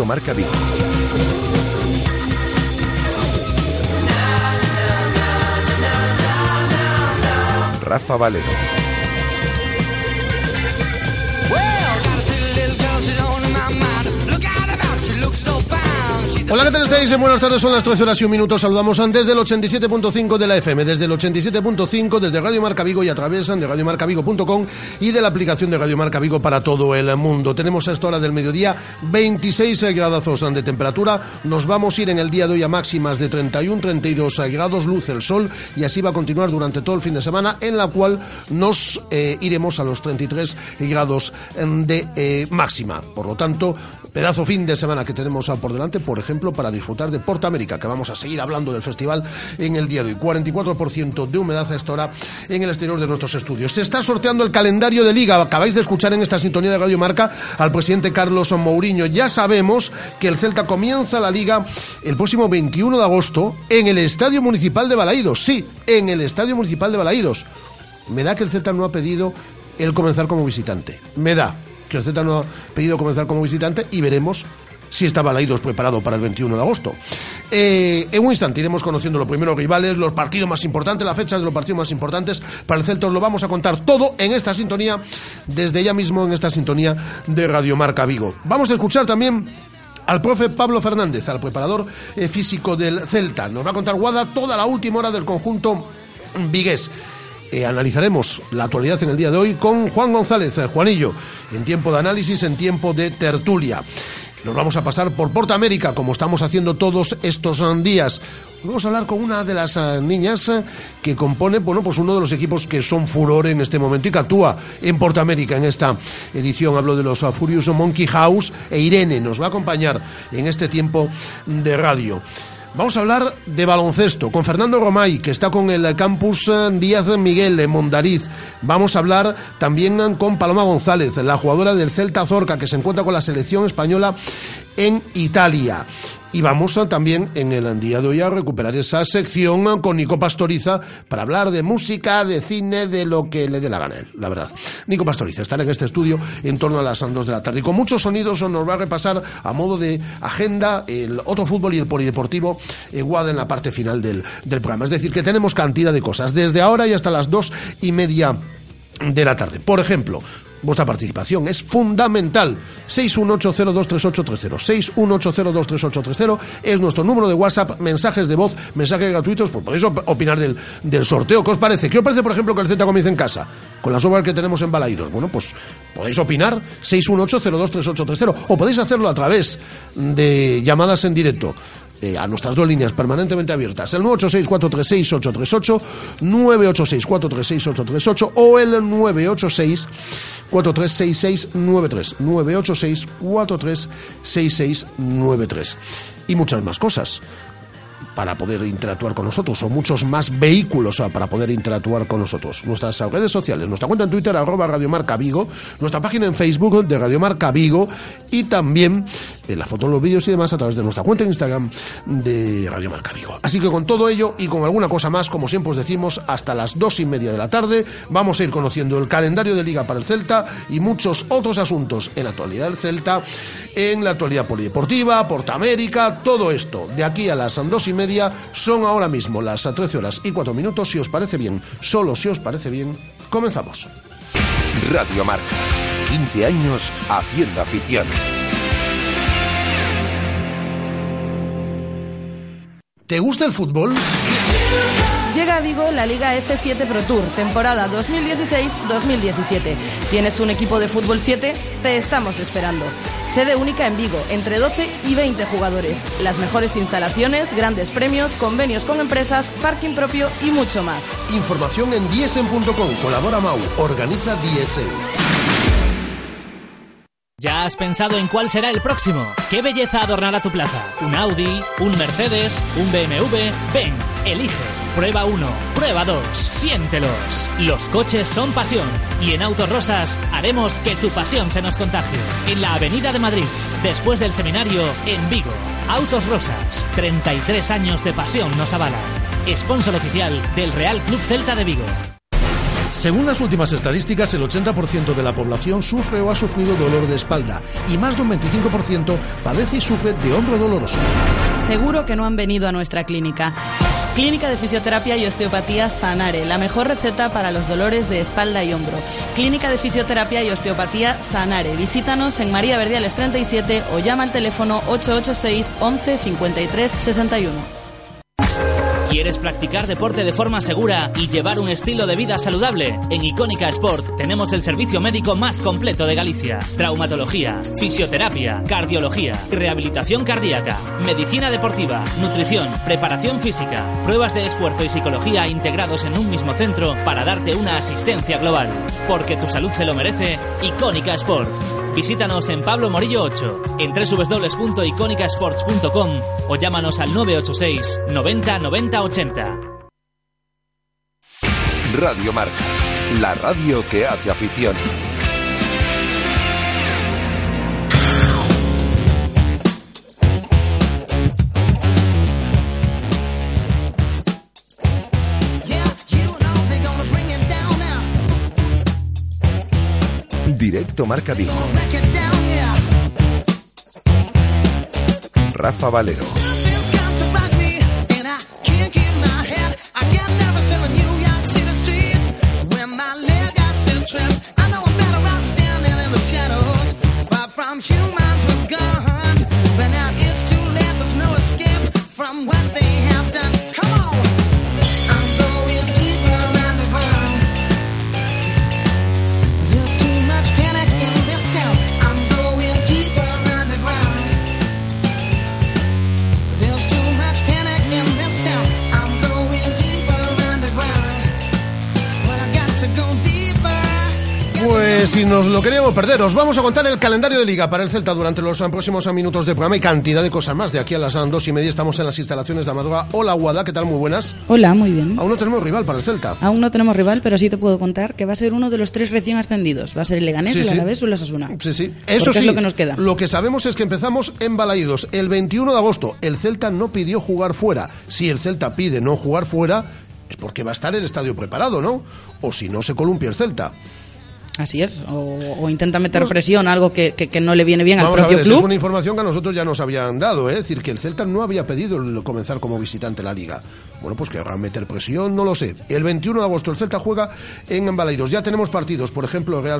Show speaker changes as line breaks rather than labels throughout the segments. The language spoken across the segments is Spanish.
Radio Marca Vigo. Rafa Valero.
Hola, ¿qué tal estáis? Buenas tardes, son las 13 horas y 1 minuto. Saludamos desde el 87.5 de la FM, desde el 87.5, desde Radio Marca Vigo y a través de radiomarcavigo.com y de la aplicación de Radio Marca Vigo para todo el mundo. Tenemos a esta hora del mediodía 26 gradazos de temperatura. Nos vamos a ir en el día de hoy a máximas de 31, 32 grados, luce el sol y así va a continuar durante todo el fin de semana, en la cual nos iremos a los 33 grados de máxima. Por lo tanto, pedazo fin de semana que tenemos por delante, por ejemplo, para disfrutar de Porta América, que vamos a seguir hablando del festival en el día de hoy. 44% de humedad a esta hora en el exterior de nuestros estudios. Se está sorteando el calendario de Liga. Acabáis de escuchar en esta sintonía de Radio Marca al presidente Carlos Mourinho. Ya sabemos que el Celta comienza la Liga el próximo 21 de agosto en el Estadio Municipal de Balaídos. Sí, en el Estadio Municipal de Balaídos. Me da que el Celta no ha pedido el comenzar como visitante. Me da que el Celta no ha pedido comenzar como visitante y veremos si está Balaídos preparado para el 21 de agosto. En un instante iremos conociendo los primeros rivales, los partidos más importantes, las fechas de los partidos más importantes para el Celta. Os lo vamos a contar todo en esta sintonía, desde ya mismo en esta sintonía de Radio Marca Vigo. Vamos a escuchar también al profe Pablo Fernández, al preparador físico del Celta. Nos va a contar Guada toda la última hora del conjunto vigués. Analizaremos la actualidad en el día de hoy con Juan González, Juanillo, en tiempo de análisis, en tiempo de tertulia. Nos vamos a pasar por Porta América, como estamos haciendo todos estos días. Vamos a hablar con una de las niñas que compone, bueno, pues uno de los equipos que son furor en este momento y que actúa en Porta América en esta edición. Hablo de los Furious Monkey House, e Irene nos va a acompañar en este tiempo de radio. Vamos a hablar de baloncesto con Fernando Romay, que está con el campus Díaz Miguel en Mondariz. Vamos a hablar también con Paloma González, la jugadora del Celta Zorca, que se encuentra con la selección española en Italia. Y vamos también en el día de hoy a recuperar esa sección con Nico Pastoriza para hablar de música, de cine, de lo que le dé la gana a él, la verdad. Nico Pastoriza estará en este estudio en torno a las 2 de la tarde. Y con muchos sonidos nos va a repasar a modo de agenda el otro fútbol y el polideportivo Guada en la parte final del programa. Es decir, que tenemos cantidad de cosas desde ahora y hasta las 2:30 de la tarde. Por ejemplo, vuestra participación es fundamental. 618023830. 618023830 es nuestro número de WhatsApp. Mensajes de voz, mensajes gratuitos. Pues podéis opinar del sorteo. ¿Qué os parece? ¿Qué os parece, por ejemplo, que el Celta comience en casa con las obras que tenemos en Balaídos? Bueno, pues podéis opinar. 618023830. O podéis hacerlo a través de llamadas en directo a nuestras dos líneas permanentemente abiertas, el 986-436-838, 986-436-838 o el 986-436693, 986-436693 y muchas más cosas para poder interactuar con nosotros, o muchos más vehículos para poder interactuar con nosotros. Nuestras redes sociales, nuestra cuenta en Twitter, @radiomarca Vigo, nuestra página en Facebook de Radio Marca Vigo y también la foto, los vídeos y demás a través de nuestra cuenta en Instagram de Radio Marca Vigo. Así que con todo ello y con alguna cosa más, como siempre os decimos, hasta las 2:30 de la tarde vamos a ir conociendo el calendario de Liga para el Celta y muchos otros asuntos en la actualidad del Celta, en la actualidad polideportiva, Porta América, todo esto. De aquí a las 2:30 son ahora mismo las 13:04. Si os parece bien, solo si os parece bien, comenzamos.
Radio Marca, 15 años haciendo afición.
¿Te gusta el fútbol?
Llega a Vigo la Liga F7 Pro Tour, temporada 2016-2017. ¿Tienes un equipo de fútbol 7? Te estamos esperando. Sede única en Vigo, entre 12 y 20 jugadores. Las mejores instalaciones, grandes premios, convenios con empresas, parking propio y mucho más.
Información en diesen.com. Colabora Mau. Organiza Diesen.
¿Ya has pensado en cuál será el próximo? ¿Qué belleza adornará tu plaza? ¿Un Audi? ¿Un Mercedes? ¿Un BMW? Ven, elige. Prueba 1, prueba 2, siéntelos. Los coches son pasión y en Autos Rosas haremos que tu pasión se nos contagie. En la Avenida de Madrid, después del seminario, en Vigo. Autos Rosas, 33 años de pasión nos avalan. Sponsor oficial del Real Club Celta de Vigo.
Según las últimas estadísticas, el 80% de la población sufre o ha sufrido dolor de espalda y más de un 25% padece y sufre de hombro doloroso.
Seguro que no han venido a nuestra clínica. Clínica de Fisioterapia y Osteopatía Sanare, la mejor receta para los dolores de espalda y hombro. Clínica de Fisioterapia y Osteopatía Sanare. Visítanos en María Verdiales 37 o llama al teléfono 886 11 53 61.
¿Quieres practicar deporte de forma segura y llevar un estilo de vida saludable? En Icónica Sport tenemos el servicio médico más completo de Galicia. Traumatología, fisioterapia, cardiología, rehabilitación cardíaca, medicina deportiva, nutrición, preparación física, pruebas de esfuerzo y psicología integrados en un mismo centro para darte una asistencia global. Porque tu salud se lo merece, Icónica Sport. Visítanos en Pablo Morillo 8, en www.iconicasports.com o llámanos al 986 90 90 80.
Radio Marca, la radio que hace afición. Directo Marca Vigo. Rafa Valero.
Pues si nos lo queríamos perder, os vamos a contar el calendario de Liga para el Celta durante los próximos minutos de programa y cantidad de cosas más. De aquí a las 2:30 estamos en las instalaciones de Amadora. Hola, Guada, ¿qué tal? Muy buenas.
Hola, muy bien.
Aún no tenemos rival para el Celta.
Aún no tenemos rival, pero sí te puedo contar que va a ser uno de los 3 recién ascendidos. Va a ser el Leganés, el Alavés o el Osasuna.
Sí, sí. Eso sí,
es lo que nos queda.
Lo que sabemos es que empezamos en Balaídos el 21 de agosto. El Celta no pidió jugar fuera. Si el Celta pide no jugar fuera, es porque va a estar el estadio preparado, ¿no? O si no, se columpia el Celta.
Así es, o intenta meter presión, algo que no le viene bien al propio club.
Esa es una información que a nosotros ya nos habían dado, es decir, que el Celta no había pedido comenzar como visitante la Liga. Bueno, pues querrán meter presión, no lo sé. El 21 de agosto el Celta juega en Balaidos. Ya tenemos partidos, por ejemplo, Real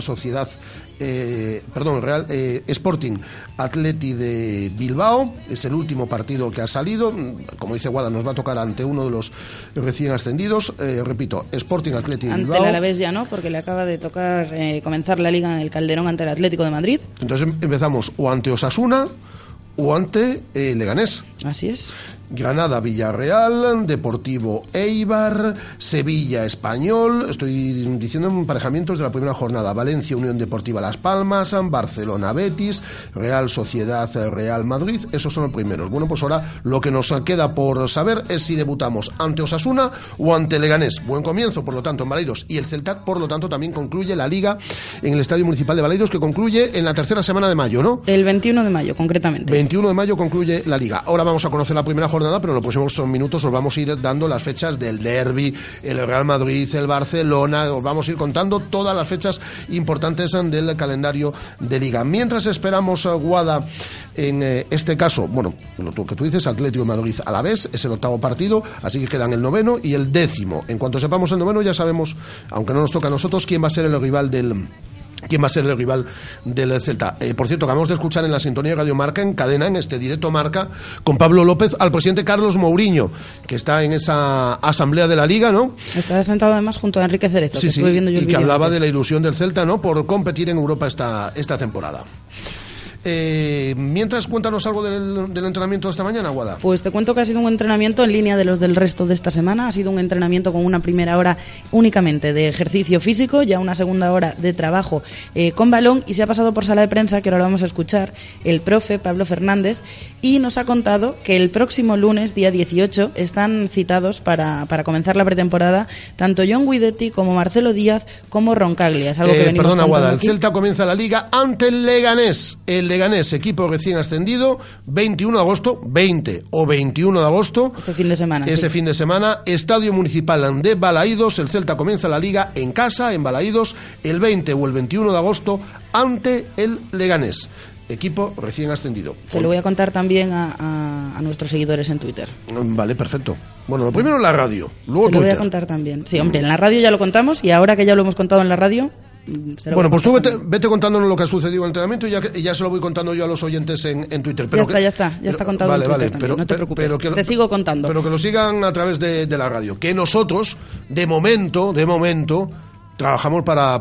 Sporting Atleti de Bilbao, es el último partido que ha salido. Como dice Guada, nos va a tocar ante uno de los recién ascendidos. Repito, Sporting Atleti de Bilbao.
Ante el Alavés ya no, porque le acaba de tocar comenzar la Liga en el Calderón ante el Atlético de Madrid.
Entonces empezamos o ante Osasuna o ante Leganés.
Así es.
Granada, Villarreal, Deportivo Eibar, Sevilla, Español, estoy diciendo emparejamientos de la primera jornada, Valencia, Unión Deportiva Las Palmas, Barcelona, Betis, Real Sociedad, Real Madrid, esos son los primeros. Bueno, pues ahora lo que nos queda por saber es si debutamos ante Osasuna o ante Leganés. Buen comienzo, por lo tanto, en Balaidos, y el Celta, por lo tanto, también concluye la Liga en el Estadio Municipal de Balaidos, que concluye en la tercera semana de mayo, ¿no?
El 21 de mayo, concretamente.
21 de mayo concluye la Liga. Ahora vamos a conocer la primera jornada, pero en los próximos minutos os vamos a ir dando las fechas del derbi, el Real Madrid, el Barcelona, os vamos a ir contando todas las fechas importantes del calendario de Liga. Mientras esperamos a Guada, en este caso, bueno, lo que tú dices, Atlético de Madrid Alavés, es el 8º partido, así que quedan el 9º y el 10º. En cuanto sepamos el 9º ya sabemos, aunque no nos toca a nosotros, quién va a ser el rival del Celta. Por cierto, acabamos de escuchar en la sintonía de Radio Marca, en cadena, en este directo Marca, con Pablo López, al presidente Carlos Mourinho, que está en esa asamblea de la Liga, ¿no?
Está sentado además junto a Enrique Cerezo,
sí,
que estuve viendo yo el
y que hablaba de la ilusión del Celta, ¿no?, por competir en Europa esta temporada. Mientras, cuéntanos algo del entrenamiento de esta mañana, Guada.
Pues te cuento que ha sido un entrenamiento en línea de los del resto de esta semana. Ha sido un entrenamiento con una primera hora únicamente de ejercicio físico, ya una segunda hora de trabajo con balón, y se ha pasado por sala de prensa, que ahora lo vamos a escuchar, el profe Pablo Fernández, y nos ha contado que el próximo lunes, día 18, están citados para comenzar la pretemporada tanto John Guidetti como Marcelo Díaz como Roncaglia. Es algo que venimos
Perdona, Guada, el
aquí.
Celta comienza la Liga ante el Leganés. El Leganés, equipo recién ascendido, 21 de agosto, 20 o 21 de agosto.
Ese fin de semana.
Fin de semana, Estadio Municipal de Balaídos. El Celta comienza la Liga en casa, en Balaídos, el 20 o el 21 de agosto ante el Leganés, equipo recién ascendido.
Se lo voy a contar también a nuestros seguidores en Twitter.
Vale, perfecto. Bueno, lo primero en la radio, luego
Twitter. Lo voy a contar también. Sí, hombre, en la radio ya lo contamos y ahora que ya lo hemos contado en la radio...
Bueno, pues tú vete contándonos lo que ha sucedido en el entrenamiento y ya se lo voy contando yo a los oyentes en Twitter. Pero
ya está contado en Twitter también, no te preocupes, te sigo contando.
Pero que lo sigan a través de la radio, que nosotros, de momento, trabajamos para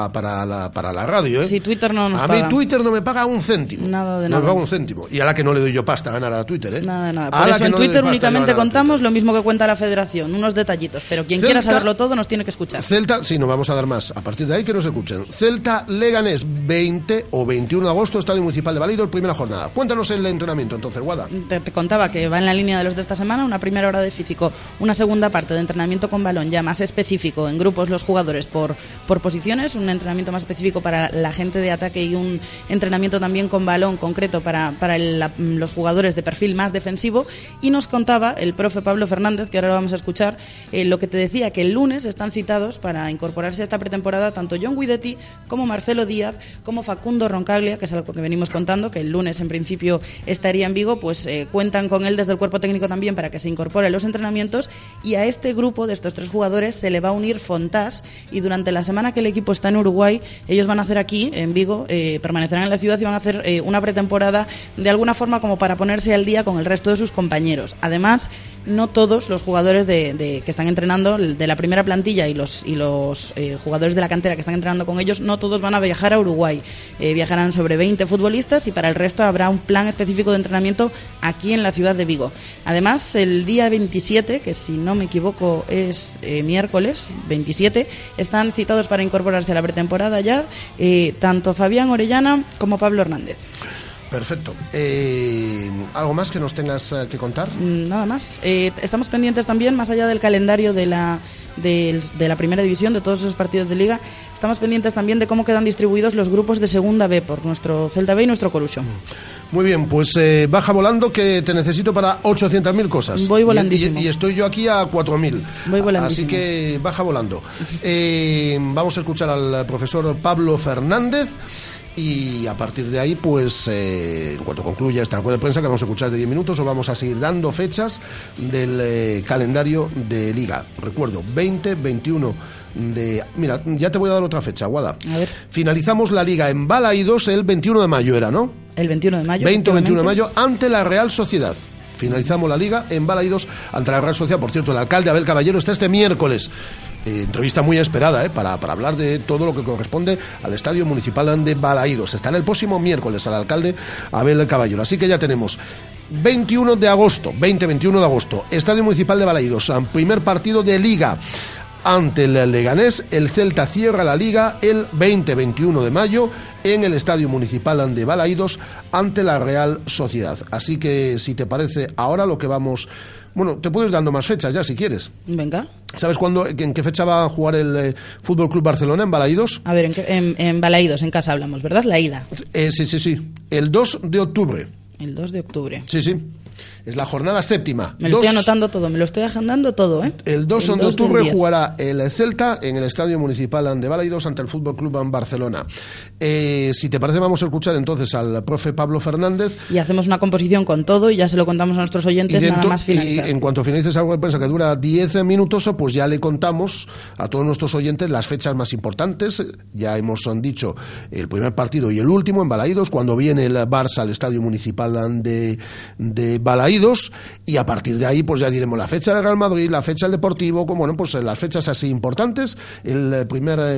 la radio, ¿eh?
Sí, Twitter no nos paga.
A mí Twitter no me paga un céntimo.
Nada de nada.
No me paga un céntimo. Y a la que no le doy yo pasta a ganar a Twitter, ¿eh?
Nada. Por eso en Twitter únicamente contamos lo mismo que cuenta la Federación, unos detallitos. Pero quien quiera saberlo todo nos tiene que escuchar.
Celta, sí, nos vamos a dar más. A partir de ahí que nos escuchen. Celta Leganés, 20 o 21 de agosto, Estadio Municipal de Balaídos, primera jornada. Cuéntanos el entrenamiento entonces, Guada.
Te contaba que va en la línea de los de esta semana, una primera hora de físico, una segunda parte de entrenamiento con balón ya más específico, en grupos los jugadores por posiciones, un entrenamiento más específico para la gente de ataque y un entrenamiento también con balón concreto para los jugadores de perfil más defensivo. Y nos contaba el profe Pablo Fernández, que ahora lo vamos a escuchar, lo que te decía, que el lunes están citados para incorporarse a esta pretemporada tanto John Guidetti como Marcelo Díaz como Facundo Roncaglia, que es algo que venimos contando, que el lunes en principio estaría en Vigo, pues cuentan con él desde el cuerpo técnico también para que se incorpore a los entrenamientos. Y a este grupo de estos tres jugadores se le va a unir Fontás, y durante la semana que el equipo está en Uruguay, ellos van a hacer aquí, en Vigo, permanecerán en la ciudad y van a hacer una pretemporada de alguna forma como para ponerse al día con el resto de sus compañeros. Además, no todos los jugadores que están entrenando de la primera plantilla y los jugadores de la cantera que están entrenando con ellos, no todos van a viajar a Uruguay. Viajarán sobre 20 futbolistas y para el resto habrá un plan específico de entrenamiento aquí en la ciudad de Vigo. Además, el día 27, que si no me equivoco es miércoles 27, están citados para incorporarse a la pretemporada ya tanto Fabián Orellana como Pablo Hernández.
Perfecto. ¿Algo más que nos tengas que contar?
Nada más. Estamos pendientes también, más allá del calendario de la primera división, de todos esos partidos de liga, estamos pendientes también de cómo quedan distribuidos los grupos de segunda B por nuestro Celta B y nuestro Coruso.
Muy bien, pues baja volando, que te necesito para 800.000 cosas.
Voy volandísimo.
Y estoy yo aquí a 4.000.
Voy volandísimo.
Así que baja volando. Vamos a escuchar al profesor Pablo Fernández. Y a partir de ahí, pues en cuanto concluya esta rueda de prensa, que vamos a escuchar de 10 minutos, os vamos a seguir dando fechas del calendario de Liga. Recuerdo, 20, 21 de... Mira, ya te voy a dar otra fecha, Guada.
A ver.
Finalizamos la Liga en Balaídos el 21 de mayo, ¿era, no?
El 21 de mayo.
20 o 21 de mayo, ante la Real Sociedad. Finalizamos la Liga en Balaídos ante la Real Sociedad. Por cierto, el alcalde Abel Caballero está este miércoles. Entrevista muy esperada para hablar de todo lo que corresponde al Estadio Municipal de Balaídos. Estará el próximo miércoles al alcalde Abel Caballero. Así que ya tenemos 21 de agosto, 20-21 de agosto, Estadio Municipal de Balaídos, primer partido de Liga ante el Leganés. El Celta cierra la Liga el 20-21 de mayo en el Estadio Municipal de Balaídos ante la Real Sociedad. Así que, si te parece, ahora lo que vamos... Bueno, te puedo ir dando más fechas ya, si quieres.
Venga.
¿Sabes en qué fecha va a jugar el Fútbol Club Barcelona en Balaídos?
A ver, en Balaídos, en casa hablamos, ¿verdad? La ida.
Sí. El 2 de octubre.
El 2 de octubre.
Sí. Es la jornada séptima.
Me lo estoy anotando todo, me lo estoy agendando todo, ¿eh?
El 2 de octubre jugará el Celta en el Estadio Municipal de Balaídos ante el Fútbol Club Barcelona. Si te parece, vamos a escuchar entonces al profe Pablo Fernández.
Y hacemos una composición con todo y ya se lo contamos a nuestros oyentes nada más finalizar.
Y en cuanto finalice esa rueda de prensa, que dura 10 minutos, pues ya le contamos a todos nuestros oyentes las fechas más importantes. Ya hemos dicho el primer partido y el último en Balaídos, cuando viene el Barça al Estadio Municipal de Balaídos, y a partir de ahí pues ya diremos la fecha del Real Madrid, la fecha del Deportivo, pues las fechas así importantes, el primer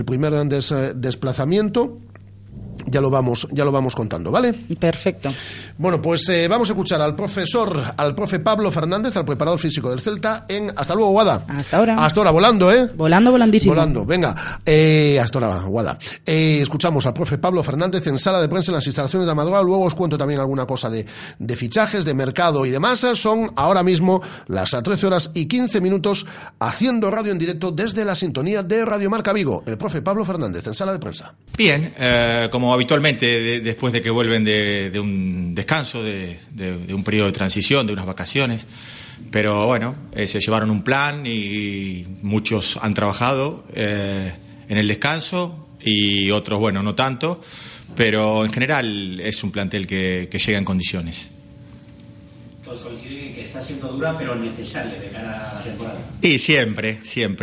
desplazamiento. Ya lo vamos contando, ¿vale?
Perfecto.
Bueno, pues vamos a escuchar al profe Pablo Fernández, al preparador físico del Celta, hasta luego, Guada.
Hasta ahora.
Hasta ahora, volando, ¿eh?
Volandísimo.
Volando, venga. Hasta ahora, Guada. Escuchamos al profe Pablo Fernández en sala de prensa en las instalaciones de Amadora. Luego os cuento también alguna cosa de fichajes, de mercado y demás. Son ahora mismo las 13:15 haciendo radio en directo desde la sintonía de Radio Marca Vigo. El profe Pablo Fernández en sala de prensa.
Bien, como habéis habitualmente después de que vuelven de un descanso, de un periodo de transición, de unas vacaciones. Pero bueno, se llevaron un plan y muchos han trabajado en el descanso y otros, bueno, no tanto. Pero en general es un plantel que llega en condiciones.
Todos coinciden en que está siendo dura pero necesaria de cara a la temporada.
Y siempre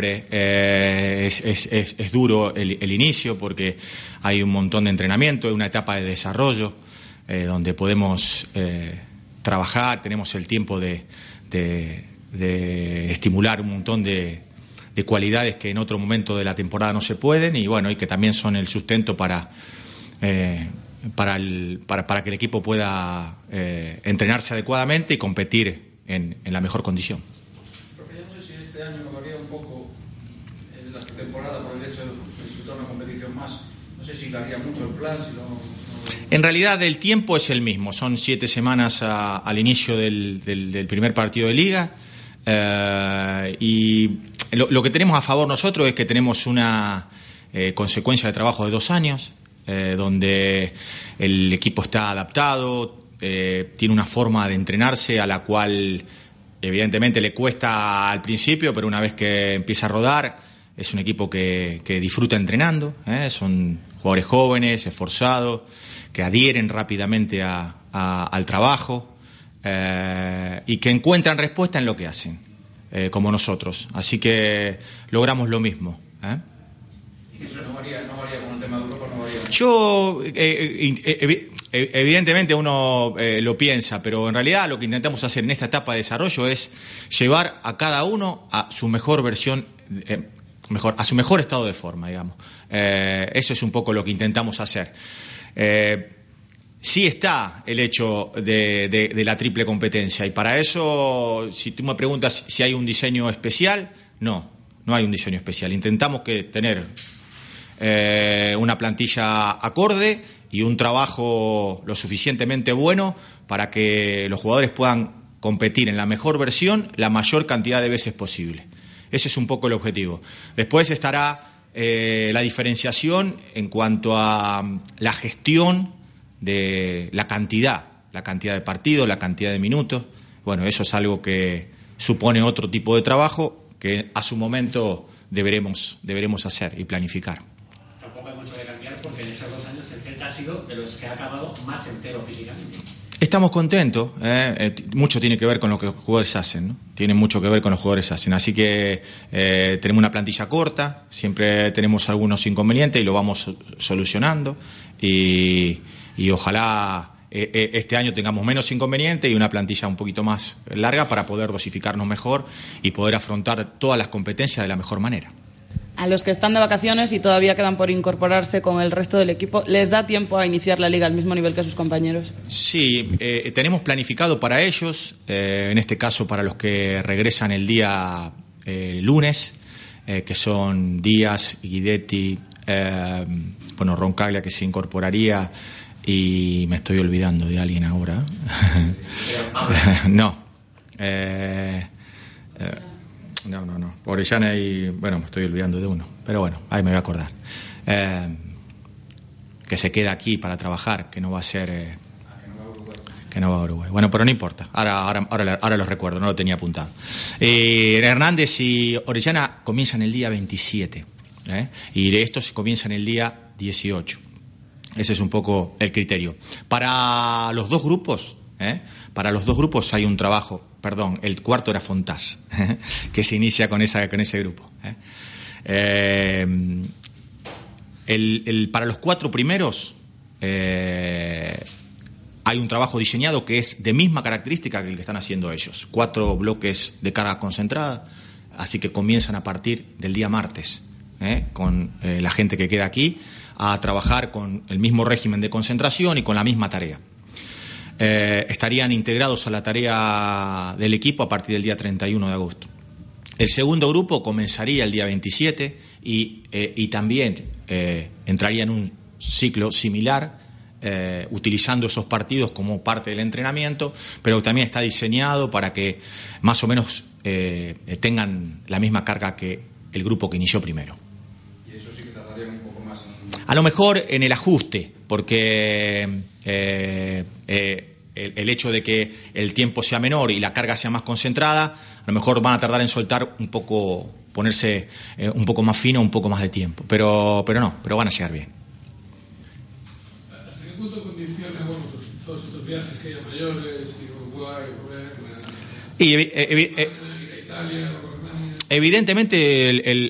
es duro el inicio porque hay un montón de entrenamiento, hay una etapa de desarrollo donde podemos trabajar, tenemos el tiempo de estimular un montón de cualidades que en otro momento de la temporada no se pueden y bueno, y que también son el sustento para que el equipo pueda entrenarse adecuadamente y competir en la mejor condición.
Porque yo no sé si este año me varía un poco en la temporada por el hecho de disfrutar una competición más. No sé si varía mucho el plan, si no...
En realidad el tiempo es el mismo, son 7 semanas al inicio del primer partido de liga y lo que tenemos a favor nosotros es que tenemos una consecuencia de trabajo de 2 años. Donde el equipo está adaptado, tiene una forma de entrenarse a la cual evidentemente le cuesta al principio, pero una vez que empieza a rodar es un equipo que disfruta entrenando, son jugadores jóvenes, esforzados, que adhieren rápidamente al trabajo y que encuentran respuesta en lo que hacen, como nosotros, así que logramos lo mismo.
Eso no varía con el tema de Europa, no varía.
Yo, evidentemente uno lo piensa, pero en realidad lo que intentamos hacer en esta etapa de desarrollo es llevar a cada uno a su mejor versión, a su mejor estado de forma, digamos. Eso es un poco lo que intentamos hacer. Sí está el hecho de la triple competencia, y para eso, si tú me preguntas si hay un diseño especial, no hay un diseño especial. Intentamos tener una plantilla acorde y un trabajo lo suficientemente bueno para que los jugadores puedan competir en la mejor versión la mayor cantidad de veces posible. Ese es un poco el objetivo. Después estará la diferenciación en cuanto a la gestión de la cantidad de partidos, la cantidad de minutos. Bueno, eso es algo que supone otro tipo de trabajo que a su momento deberemos hacer y planificar.
Tampoco hay mucho que cambiar porque en esos 2 años el Celta ha sido de los que ha acabado más entero físicamente.
Estamos contentos, mucho tiene que ver con lo que los jugadores hacen, ¿no? Tiene mucho que ver con los jugadores hacen, así que tenemos una plantilla corta, siempre tenemos algunos inconvenientes y lo vamos solucionando y ojalá este año tengamos menos inconvenientes y una plantilla un poquito más larga para poder dosificarnos mejor y poder afrontar todas las competencias de la mejor manera.
A los que están de vacaciones y todavía quedan por incorporarse con el resto del equipo, ¿les da tiempo a iniciar la liga al mismo nivel que sus compañeros?
Sí, tenemos planificado para ellos, en este caso para los que regresan el día lunes, que son Díaz, Guidetti, Roncaglia, que se incorporaría, y me estoy olvidando de alguien ahora. No. No. Orellana y... Bueno, me estoy olvidando de uno. Pero bueno, ahí me voy a acordar. Que se queda aquí para trabajar, que no va a ser... que no va a Uruguay. Bueno, pero no importa. Ahora lo recuerdo, no lo tenía apuntado. Hernández y Orellana comienzan el día 27. Y de estos comienzan el día 18. Ese es un poco el criterio. Para los dos grupos... hay un trabajo, el cuarto era Fontás, que se inicia con ese grupo. Para los 4 primeros hay un trabajo diseñado que es de misma característica que el que están haciendo ellos. 4 bloques de carga concentrada, así que comienzan a partir del día martes, con la gente que queda aquí, a trabajar con el mismo régimen de concentración y con la misma tarea. Estarían integrados a la tarea del equipo a partir del día 31 de agosto. El segundo grupo comenzaría el día 27 y también entraría en un ciclo similar, utilizando esos partidos como parte del entrenamiento, pero también está diseñado para que más o menos tengan la misma carga que el grupo que inició primero.
Y eso sí que tardaría un poco más.
A lo mejor en el ajuste, porque el hecho de que el tiempo sea menor y la carga sea más concentrada, a lo mejor van a tardar en soltar un poco, ponerse un poco más fino, un poco más de tiempo, pero van a llegar bien.
¿Hasta qué punto condiciona todos estos viajes que hay a mayores, Uruguay, Italia,
evidentemente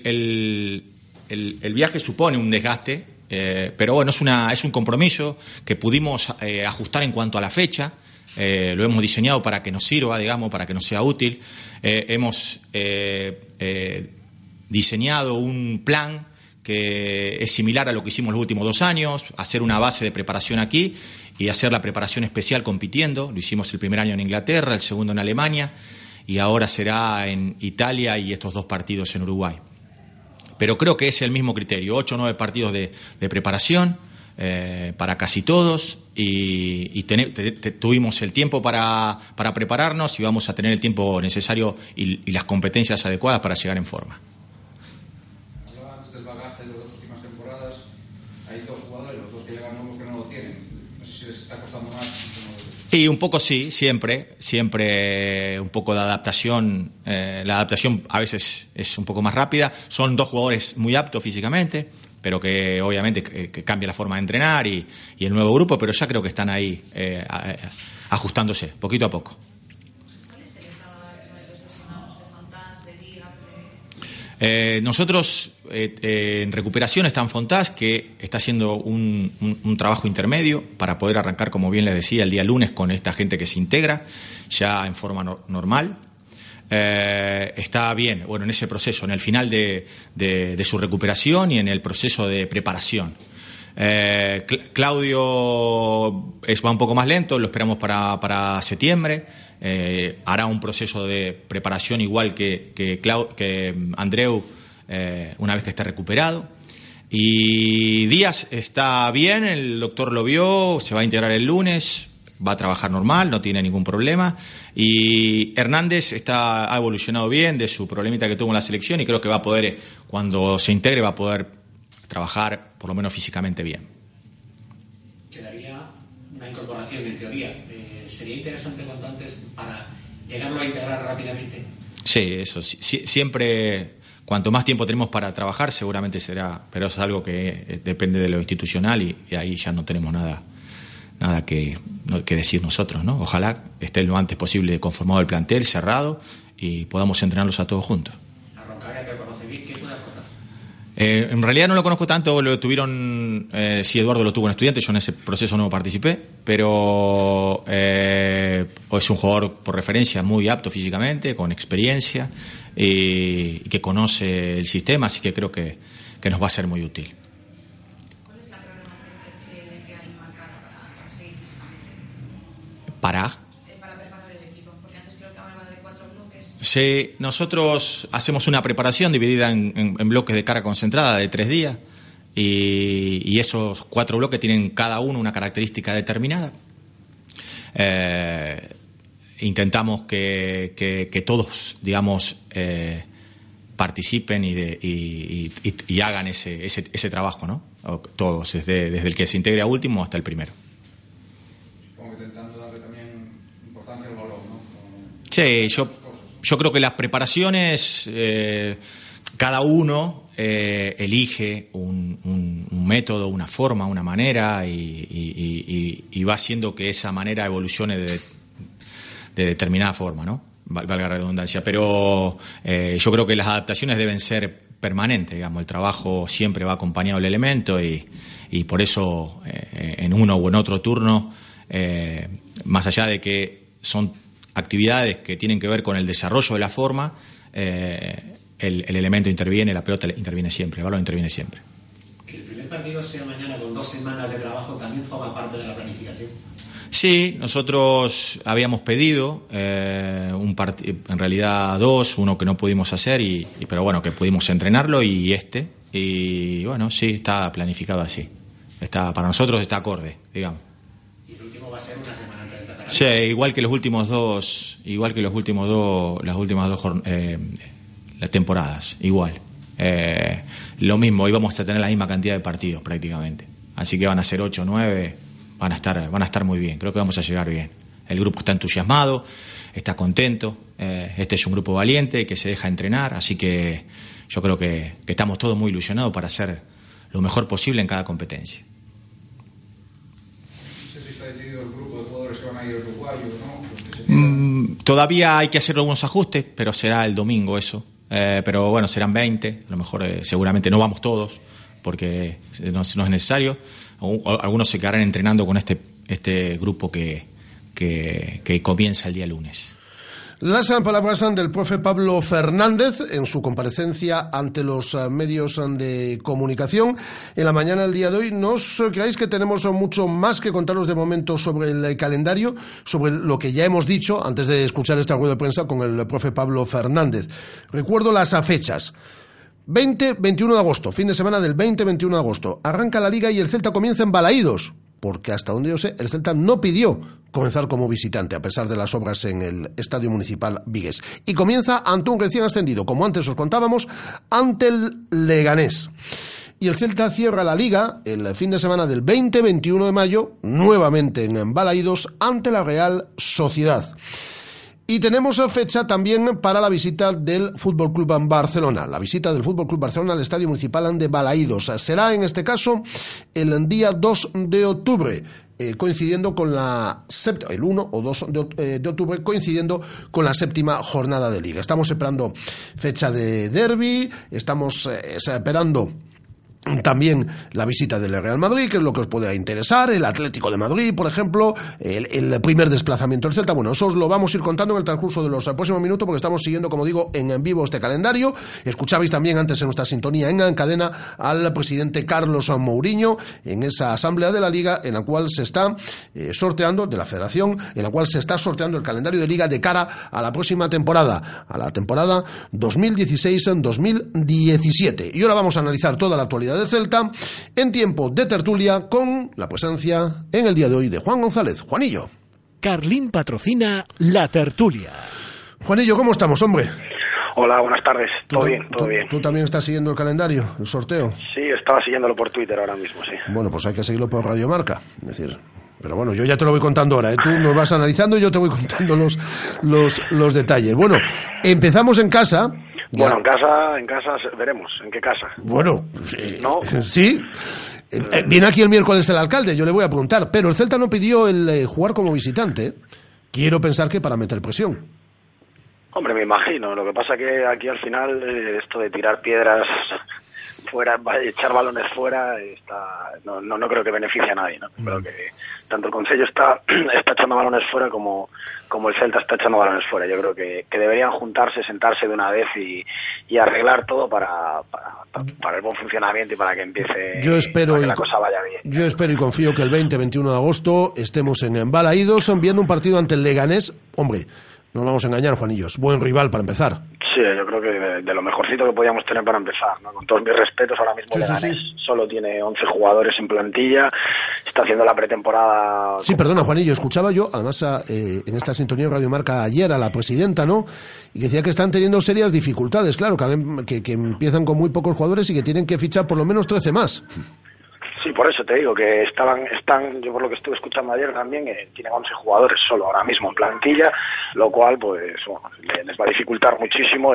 el viaje supone un desgaste, pero bueno, es un compromiso que pudimos ajustar en cuanto a la fecha. Lo hemos diseñado para que nos sirva, digamos, para que nos sea útil. Hemos diseñado un plan que es similar a lo que hicimos los últimos 2 años, hacer una base de preparación aquí y hacer la preparación especial compitiendo. Lo hicimos el primer año en Inglaterra, el segundo en Alemania y ahora será en Italia y estos 2 partidos en Uruguay. Pero creo que es el mismo criterio, 8 o 9 partidos de preparación para casi todos y tuvimos el tiempo para prepararnos y vamos a tener el tiempo necesario y las competencias adecuadas para llegar en forma.
Hablaba antes del bagaje de las 2 últimas temporadas, hay 2 jugadores, los 2 que llegan nuevos que no lo tienen. No sé si les está costando más.
Y un poco sí, siempre un poco de adaptación. La adaptación a veces es un poco más rápida. Son 2 jugadores muy aptos físicamente, pero que obviamente que cambia la forma de entrenar y el nuevo grupo, pero ya creo que están ahí ajustándose poquito a poco.
¿Cuál es el estado ahora mismo de los lesionados de Fontás, de Liga?
Nosotros en recuperación está en Fontás, que está haciendo un trabajo intermedio para poder arrancar, como bien les decía, el día lunes con esta gente que se integra ya en forma normal. Está bien, bueno, en ese proceso, en el final de su recuperación y en el proceso de preparación. Claudio va un poco más lento, lo esperamos para septiembre. Hará un proceso de preparación igual que Andreu una vez que esté recuperado. Y Díaz está bien, el doctor lo vio, se va a integrar el lunes, va a trabajar normal, no tiene ningún problema. Y Hernández ha evolucionado bien de su problemita que tuvo en la selección y creo que va a poder, cuando se integre, va a poder trabajar por lo menos físicamente bien.
Quedaría una incorporación en teoría. ¿Sería interesante cuanto antes para llegarlo a integrar rápidamente?
Sí, eso siempre, cuanto más tiempo tenemos para trabajar seguramente será, pero eso es algo que depende de lo institucional y ahí ya no tenemos nada que decir nosotros, ¿no? Ojalá esté lo antes posible conformado el plantel, cerrado y podamos entrenarlos a todos juntos.
¿A Roncaria que conoce bien qué puede aportar?
En realidad no lo conozco tanto, lo tuvieron, sí, Eduardo lo tuvo en Estudiantes, yo en ese proceso no participé, pero es un jugador por referencia muy apto físicamente, con experiencia y que conoce el sistema, así que creo que nos va a ser muy útil.
¿Cuál es la programación que hay marcada para seguir físicamente?
¿Para
preparar el equipo, porque antes creo que hablaba de 4 bloques.
Sí, nosotros hacemos una preparación dividida en bloques de carga concentrada de 3 días y esos 4 bloques tienen cada uno una característica determinada. Intentamos que todos, digamos, participen y hagan ese trabajo, ¿no? Todos, desde el que se integre a último hasta el primero.
Supongo que intentando darle también importancia al balón, ¿no?
Sí, yo creo que las preparaciones, cada uno elige un método, una forma, una manera y va haciendo que esa manera evolucione de determinada forma, ¿no? Valga la redundancia. Pero yo creo que las adaptaciones deben ser permanentes, digamos. El trabajo siempre va acompañado del elemento y por eso en uno o en otro turno, más allá de que son actividades que tienen que ver con el desarrollo de la forma, el elemento interviene, la pelota interviene siempre, el balón interviene siempre.
Que el primer partido sea mañana con 2 semanas de trabajo también forma parte de la planificación.
Sí, nosotros habíamos pedido en realidad 2, uno que no pudimos hacer, pero bueno, que pudimos entrenarlo y bueno, sí, está planificado así. Para nosotros está acorde, digamos.
Y el último va a ser una semana antes del Qatar.
Sí, igual que las últimas 2 temporadas, igual. lo mismo, hoy vamos a tener la misma cantidad de partidos prácticamente, así que van a ser 8 o 9, van a estar muy bien, creo que vamos a llegar bien. El grupo está entusiasmado, está contento, este es un grupo valiente que se deja entrenar, así que yo creo que estamos todos muy ilusionados para hacer lo mejor posible en cada competencia.
No sé si está decidido el grupo de jugadores que van a ir al uruguayo, ¿no?
Todavía hay que hacer algunos ajustes, pero será el domingo eso. Pero bueno, serán 20, a lo mejor seguramente no vamos todos, porque no es necesario. Algunos se quedarán entrenando con este grupo que comienza el día lunes.
Las palabras del profe Pablo Fernández en su comparecencia ante los medios de comunicación en la mañana del día de hoy. No os creáis que tenemos mucho más que contaros de momento sobre el calendario, sobre lo que ya hemos dicho antes de escuchar esta rueda de prensa con el profe Pablo Fernández. Recuerdo las fechas. 20-21 de agosto, fin de semana del 20-21 de agosto. Arranca la Liga y el Celta comienza en Balaídos, porque hasta donde yo sé, el Celta no pidió comenzar como visitante, a pesar de las obras en el Estadio Municipal Vigués. Y comienza ante un recién ascendido, como antes os contábamos, ante el Leganés. Y el Celta cierra la Liga el fin de semana del 20-21 de mayo, nuevamente en Balaídos, ante la Real Sociedad. Y tenemos fecha también para la visita del Fútbol Club Barcelona. La visita del Fútbol Club Barcelona al Estadio Municipal de Balaídos. Será en este caso el día 2 de octubre. Coincidiendo con el 1 o 2 de octubre, coincidiendo con la 7ª jornada de Liga. Estamos esperando fecha de derbi, estamos esperando también la visita del Real Madrid, que es lo que os puede interesar, el Atlético de Madrid, por ejemplo, el primer desplazamiento del Celta. Bueno, eso os lo vamos a ir contando en el transcurso de los próximos minutos, porque estamos siguiendo, como digo, en vivo este calendario. Escuchabais también antes en nuestra sintonía en cadena al presidente Carlos Mourinho en esa asamblea de la Liga, en la cual se está sorteando, de la Federación, en la cual se está sorteando el calendario de Liga de cara a la próxima temporada, a la temporada 2016-2017. Y ahora vamos a analizar toda la actualidad del Celta en tiempo de tertulia con la presencia en el día de hoy de Juan González. Juanillo.
Carlín patrocina la tertulia.
Juanillo, ¿cómo estamos, hombre?
Hola, buenas tardes. Todo bien.
¿Tú también estás siguiendo el calendario, el sorteo?
Sí, estaba siguiéndolo por Twitter ahora mismo, sí.
Bueno, pues hay que seguirlo por Radio Marca, es decir... Pero bueno, yo ya te lo voy contando ahora, ¿eh? Tú nos vas analizando y yo te voy contando los detalles. Bueno, empezamos en casa. Ya.
Bueno, en casa veremos. ¿En qué casa?
Bueno,
¿no?
Sí. Viene aquí el miércoles el alcalde, yo le voy a preguntar. Pero el Celta no pidió el jugar como visitante. Quiero pensar que para meter presión.
Hombre, me imagino. Lo que pasa que aquí al final esto de tirar piedras fuera, echar balones fuera, no creo que beneficie a nadie, ¿no? Creo que tanto el Concello está echando balones fuera como el Celta está echando balones fuera. Yo creo que deberían juntarse, sentarse de una vez y arreglar todo para el buen funcionamiento y para que empiece, para que la cosa vaya bien.
Yo espero y confío que el 20-21 de agosto estemos en Balaídos viendo un partido ante el Leganés. Hombre, no vamos a engañar, Juanillos, buen rival para empezar.
Sí, yo creo que de lo mejorcito que podíamos tener para empezar, ¿no? Con todos mis respetos, ahora mismo Leganés solo tiene 11 jugadores en plantilla, está haciendo la pretemporada...
Sí, perdona, Juanillo, escuchaba yo, además en esta sintonía de Radio Marca ayer a la presidenta, ¿no? Y que decía que están teniendo serias dificultades, claro, que empiezan con muy pocos jugadores y que tienen que fichar por lo menos 13 más.
Sí, por eso te digo que están, yo por lo que estuve escuchando ayer también, tienen 11 jugadores solo ahora mismo en plantilla, lo cual pues bueno, les va a dificultar muchísimo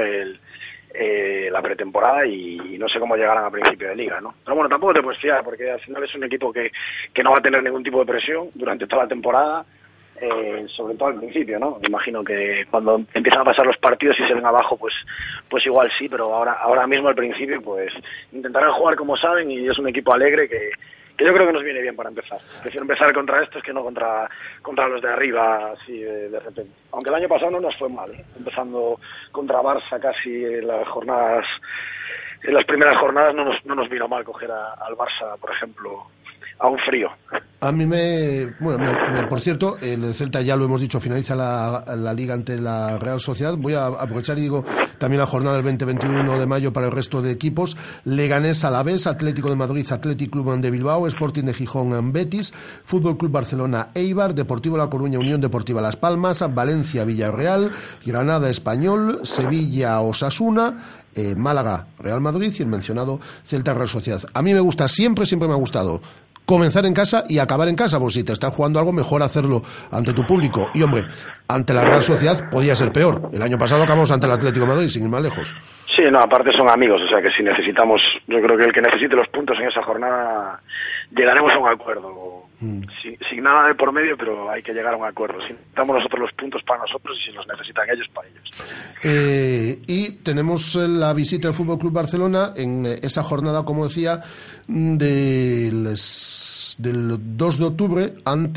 la pretemporada y no sé cómo llegarán a principio de liga, ¿no? Pero bueno, tampoco te puedes fiar porque al final es un equipo que no va a tener ningún tipo de presión durante toda la temporada. Sobre todo al principio, ¿no? Me imagino que cuando empiezan a pasar los partidos y se ven abajo, pues igual sí, pero ahora mismo al principio, pues intentarán jugar como saben y es un equipo alegre que yo creo que nos viene bien para empezar. Prefiero empezar contra estos que no contra los de arriba, así de repente. Aunque el año pasado no nos fue mal, ¿eh? Empezando contra Barça casi en las primeras jornadas no nos vino mal coger al Barça, por ejemplo, frío.
A mí por cierto, el Celta, ya lo hemos dicho, finaliza la Liga ante la Real Sociedad. Voy a aprovechar y digo también la jornada del 20-21 de mayo para el resto de equipos. Leganés Alavés, Atlético de Madrid, Athletic Club de Bilbao, Sporting de Gijón, Betis, Fútbol Club Barcelona, Eibar, Deportivo La Coruña, Unión Deportiva Las Palmas, Valencia Villarreal, Granada Español, Sevilla Osasuna, Málaga Real Madrid y el mencionado Celta Real Sociedad. A mí me gusta, siempre me ha gustado comenzar en casa y acabar en casa, pues si te estás jugando algo, mejor hacerlo ante tu público. Y hombre, ante la Real Sociedad podía ser peor. El año pasado acabamos ante el Atlético de Madrid, sin ir más lejos.
Sí, no, aparte son amigos, o sea que si necesitamos, yo creo que el que necesite los puntos en esa jornada, llegaremos a un acuerdo. Sin nada de por medio, pero hay que llegar a un acuerdo. Si necesitamos nosotros los puntos para nosotros y si los necesitan ellos, para ellos.
Y tenemos la visita del Fútbol Club Barcelona en esa jornada, como decía, del 2 de octubre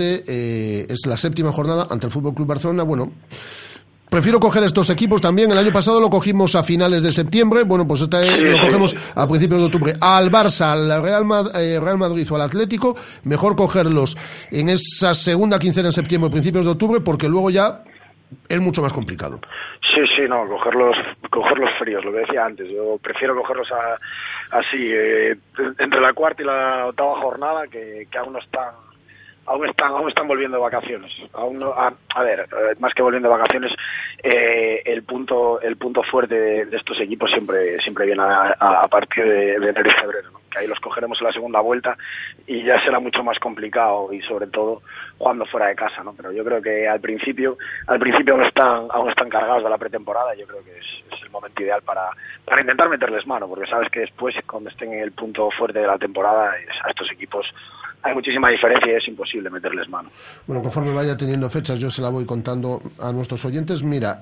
es la séptima jornada ante el Fútbol Club Barcelona. Bueno, prefiero coger estos equipos también. El año pasado lo cogimos a finales de septiembre. Bueno, pues lo cogemos a principios de octubre. Al Barça, al Real Madrid o al Atlético, mejor cogerlos en esa segunda quincena en septiembre, principios de octubre, porque luego ya es mucho más complicado. Sí, no, cogerlos fríos, lo que decía antes. Yo prefiero cogerlos así, entre la cuarta y la octava jornada, que aún no están. Aún están volviendo de vacaciones. Aún no, más que volviendo de vacaciones, el punto fuerte de estos equipos siempre viene a partir de enero y febrero, ¿no? Que ahí los cogeremos en la segunda vuelta y ya será mucho más complicado, y sobre todo jugando fuera de casa, ¿no? Pero yo creo que al principio aún están cargados de la pretemporada. Yo creo que es el momento ideal para intentar meterles mano, porque sabes que después, cuando estén en el punto fuerte de la temporada, a estos equipos hay muchísima diferencia y es imposible meterles mano. Bueno, conforme vaya teniendo fechas, yo se la voy contando a nuestros oyentes. Mira,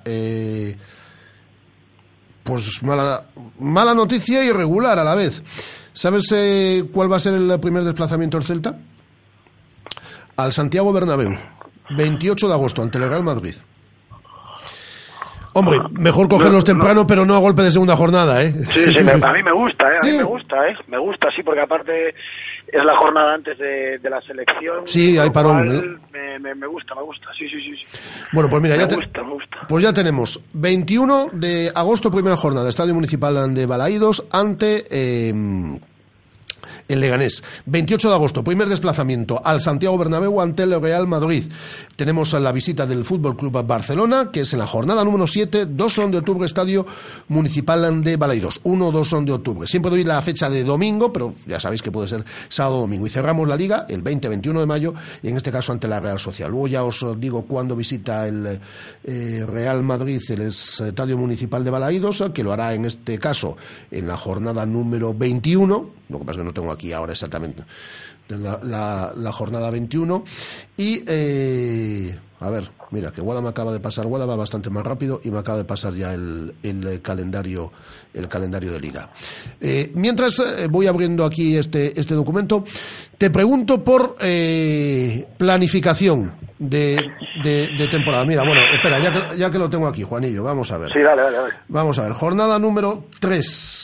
pues mala noticia y regular a la vez. ¿Sabes cuál va a ser el primer desplazamiento del Celta? Al Santiago Bernabéu, 28 de agosto, ante el Real Madrid. Hombre, mejor cogerlos temprano, pero no a golpe de segunda jornada, ¿eh?
Sí, a mí me gusta, ¿eh? ¿Sí? A mí me gusta, sí, porque aparte es la jornada antes de la selección.
Sí, hay parón.
Me gusta, sí.
Bueno, pues mira,
me gusta.
Pues ya tenemos 21 de agosto, primera jornada, Estadio Municipal de Balaídos ante el Leganés. 28 de agosto, primer desplazamiento al Santiago Bernabéu ante el Real Madrid. Tenemos la visita del Fútbol Club Barcelona, que es en la jornada número 7, 2 de octubre, Estadio Municipal de Balaídos. 1-2 de octubre. Siempre doy la fecha de domingo, pero ya sabéis que puede ser sábado o domingo. Y cerramos la Liga el 20-21 de mayo, y en este caso ante la Real Sociedad. Luego ya os digo cuándo visita el Real Madrid el Estadio Municipal de Balaídos, que lo hará en este caso en la jornada número 21. Lo que pasa es que no tengo aquí ahora exactamente la jornada 21. Y a ver, mira, que Guada me acaba de pasar. Guada va bastante más rápido y me acaba de pasar ya el calendario de Liga. Mientras voy abriendo aquí este documento, te pregunto por planificación de temporada. Mira, bueno, espera, ya que lo tengo aquí, Juanillo, vamos a ver.
Sí, dale.
Vamos a ver, jornada número 3.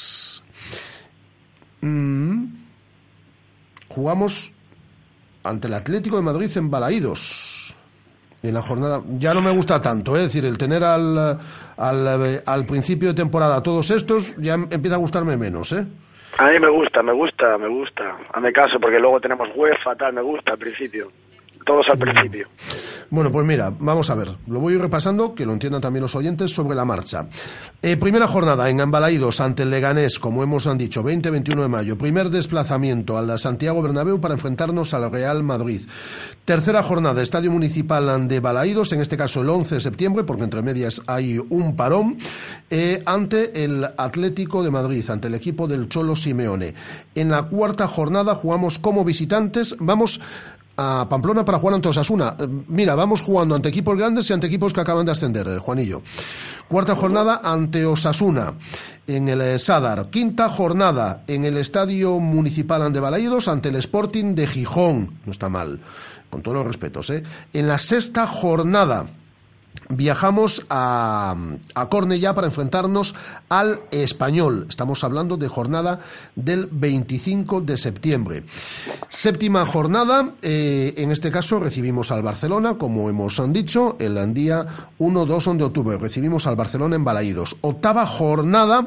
Jugamos ante el Atlético de Madrid en Balaídos. En la jornada ya no me gusta tanto, es decir, el tener al principio de temporada todos estos ya empieza a gustarme menos, ¿eh?
A mí me gusta. Hazme caso, porque luego tenemos UEFA, tal, me gusta al principio. Todos al principio.
Bueno, pues mira, vamos a ver. Lo voy a ir repasando, que lo entiendan también los oyentes, sobre la marcha. Primera jornada en Balaídos ante el Leganés, como hemos dicho, 20-21 de mayo. Primer desplazamiento al Santiago Bernabéu para enfrentarnos al Real Madrid. Tercera jornada, Estadio Municipal de Balaídos, en este caso el 11 de septiembre, porque entre medias hay un parón, ante el Atlético de Madrid, ante el equipo del Cholo Simeone. En la cuarta jornada jugamos como visitantes, vamos a Pamplona para jugar ante Osasuna. Mira, vamos jugando ante equipos grandes y ante equipos que acaban de ascender, Juanillo. Cuarta jornada ante Osasuna en el Sadar. Quinta jornada en el Estadio Municipal de Balaídos ante el Sporting de Gijón. No está mal, con todos los respetos, ¿eh? En la sexta jornada viajamos a Cornellá para enfrentarnos al Español. Estamos hablando de jornada del 25 de septiembre. Séptima jornada, en este caso recibimos al Barcelona, como hemos dicho, el día 1-2 de octubre. Recibimos al Barcelona en Balaídos. Octava jornada,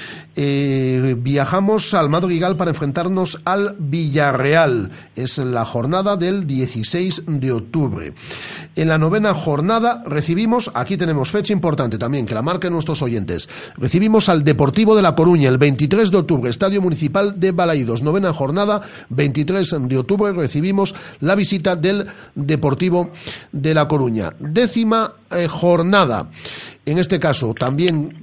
viajamos al Madrigal para enfrentarnos al Villarreal. Es la jornada del 16 de octubre. En la novena jornada recibimos, aquí tenemos fecha importante también, que la marquen nuestros oyentes, recibimos al Deportivo de La Coruña el 23 de octubre, Estadio Municipal de Balaídos. Novena jornada, 23 de octubre, recibimos la visita del Deportivo de La Coruña. Décima jornada, en este caso también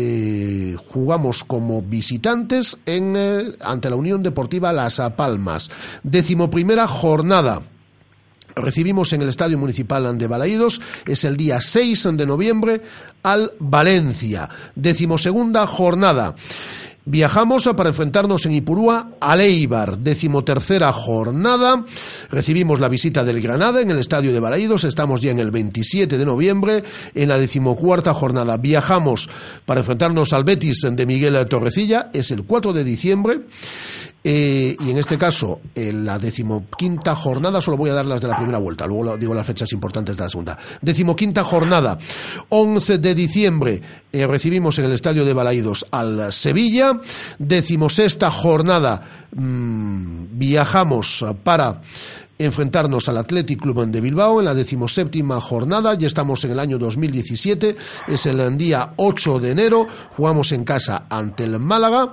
jugamos como visitantes ante la Unión Deportiva Las Palmas. 11ª jornada, recibimos en el Estadio Municipal de Balaídos, es el día 6 de noviembre, al Valencia. 12ª jornada, viajamos para enfrentarnos en Ipurúa al Eibar. 13ª jornada, recibimos la visita del Granada en el Estadio de Balaídos. Estamos ya en el 27 de noviembre. En la 14ª jornada viajamos para enfrentarnos al Betis de Miguel Torrecilla. Es el 4 de diciembre. Y en este caso, en la 15ª jornada, solo voy a dar las de la primera vuelta, luego digo las fechas importantes de la segunda. 15ª jornada, 11 de diciembre, recibimos en el Estadio de Balaídos al Sevilla. 16ª jornada, viajamos para enfrentarnos al Athletic Club de Bilbao. En la 17ª jornada, ya estamos en el año 2017, es el día 8 de enero, jugamos en casa ante el Málaga.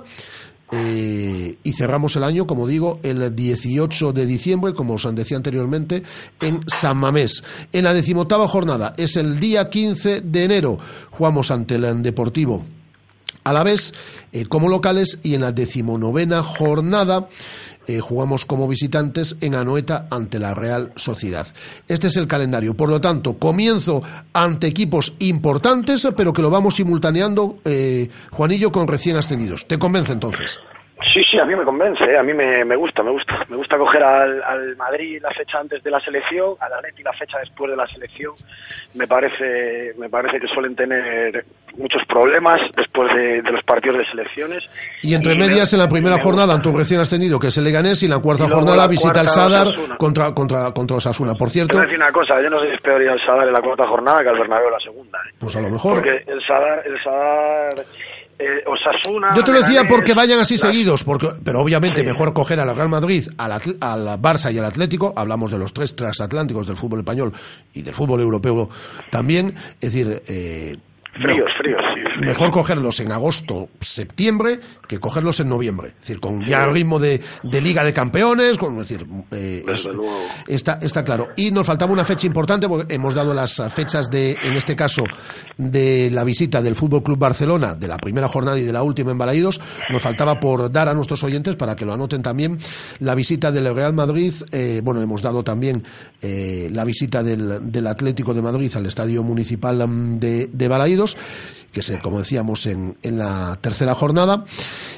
Y cerramos el año, como digo, el 18 de diciembre, como os decía anteriormente, en San Mamés. En la 18ª jornada, es el día 15 de enero, jugamos ante el Deportivo Alavés como locales, y en la 19ª jornada jugamos como visitantes en Anoeta ante la Real Sociedad. Este es el calendario. Por lo tanto, comienzo ante equipos importantes, pero que lo vamos simultaneando, Juanillo, con recién ascendidos. ¿Te convence entonces?
Sí, a mí me convence, a mí me gusta coger al Madrid la fecha antes de la selección, al Atleti la fecha después de la selección. Me parece que suelen tener muchos problemas después de los partidos de selecciones.
Y entre medias, en la primera jornada ante un recién ascendido, que es el Leganés, y en la cuarta jornada visita el Sadar contra Osasuna. Por cierto,
te voy a decir una cosa, yo no sé si es peor ir al Sadar en la cuarta jornada que al Bernabéu en la segunda.
Pues a lo mejor.
Porque el Sadar Osasuna.
Yo te lo decía porque vayan así seguidos, pero obviamente mejor coger al Real Madrid, al Barça y al Atlético. Hablamos de los tres transatlánticos del fútbol español y del fútbol europeo también. Es decir,
fríos, sí.
Mejor cogerlos en agosto, septiembre, que cogerlos en noviembre. Es decir, con ya ritmo de Liga de Campeones, es decir, está claro. Y nos faltaba una fecha importante, porque hemos dado las fechas en este caso, de la visita del Fútbol Club Barcelona, de la primera jornada y de la última en Balaídos. Nos faltaba por dar a nuestros oyentes, para que lo anoten también, la visita del Real Madrid. Hemos dado también la visita del Atlético de Madrid al Estadio Municipal de Balaídos, que es, como decíamos, en la tercera jornada.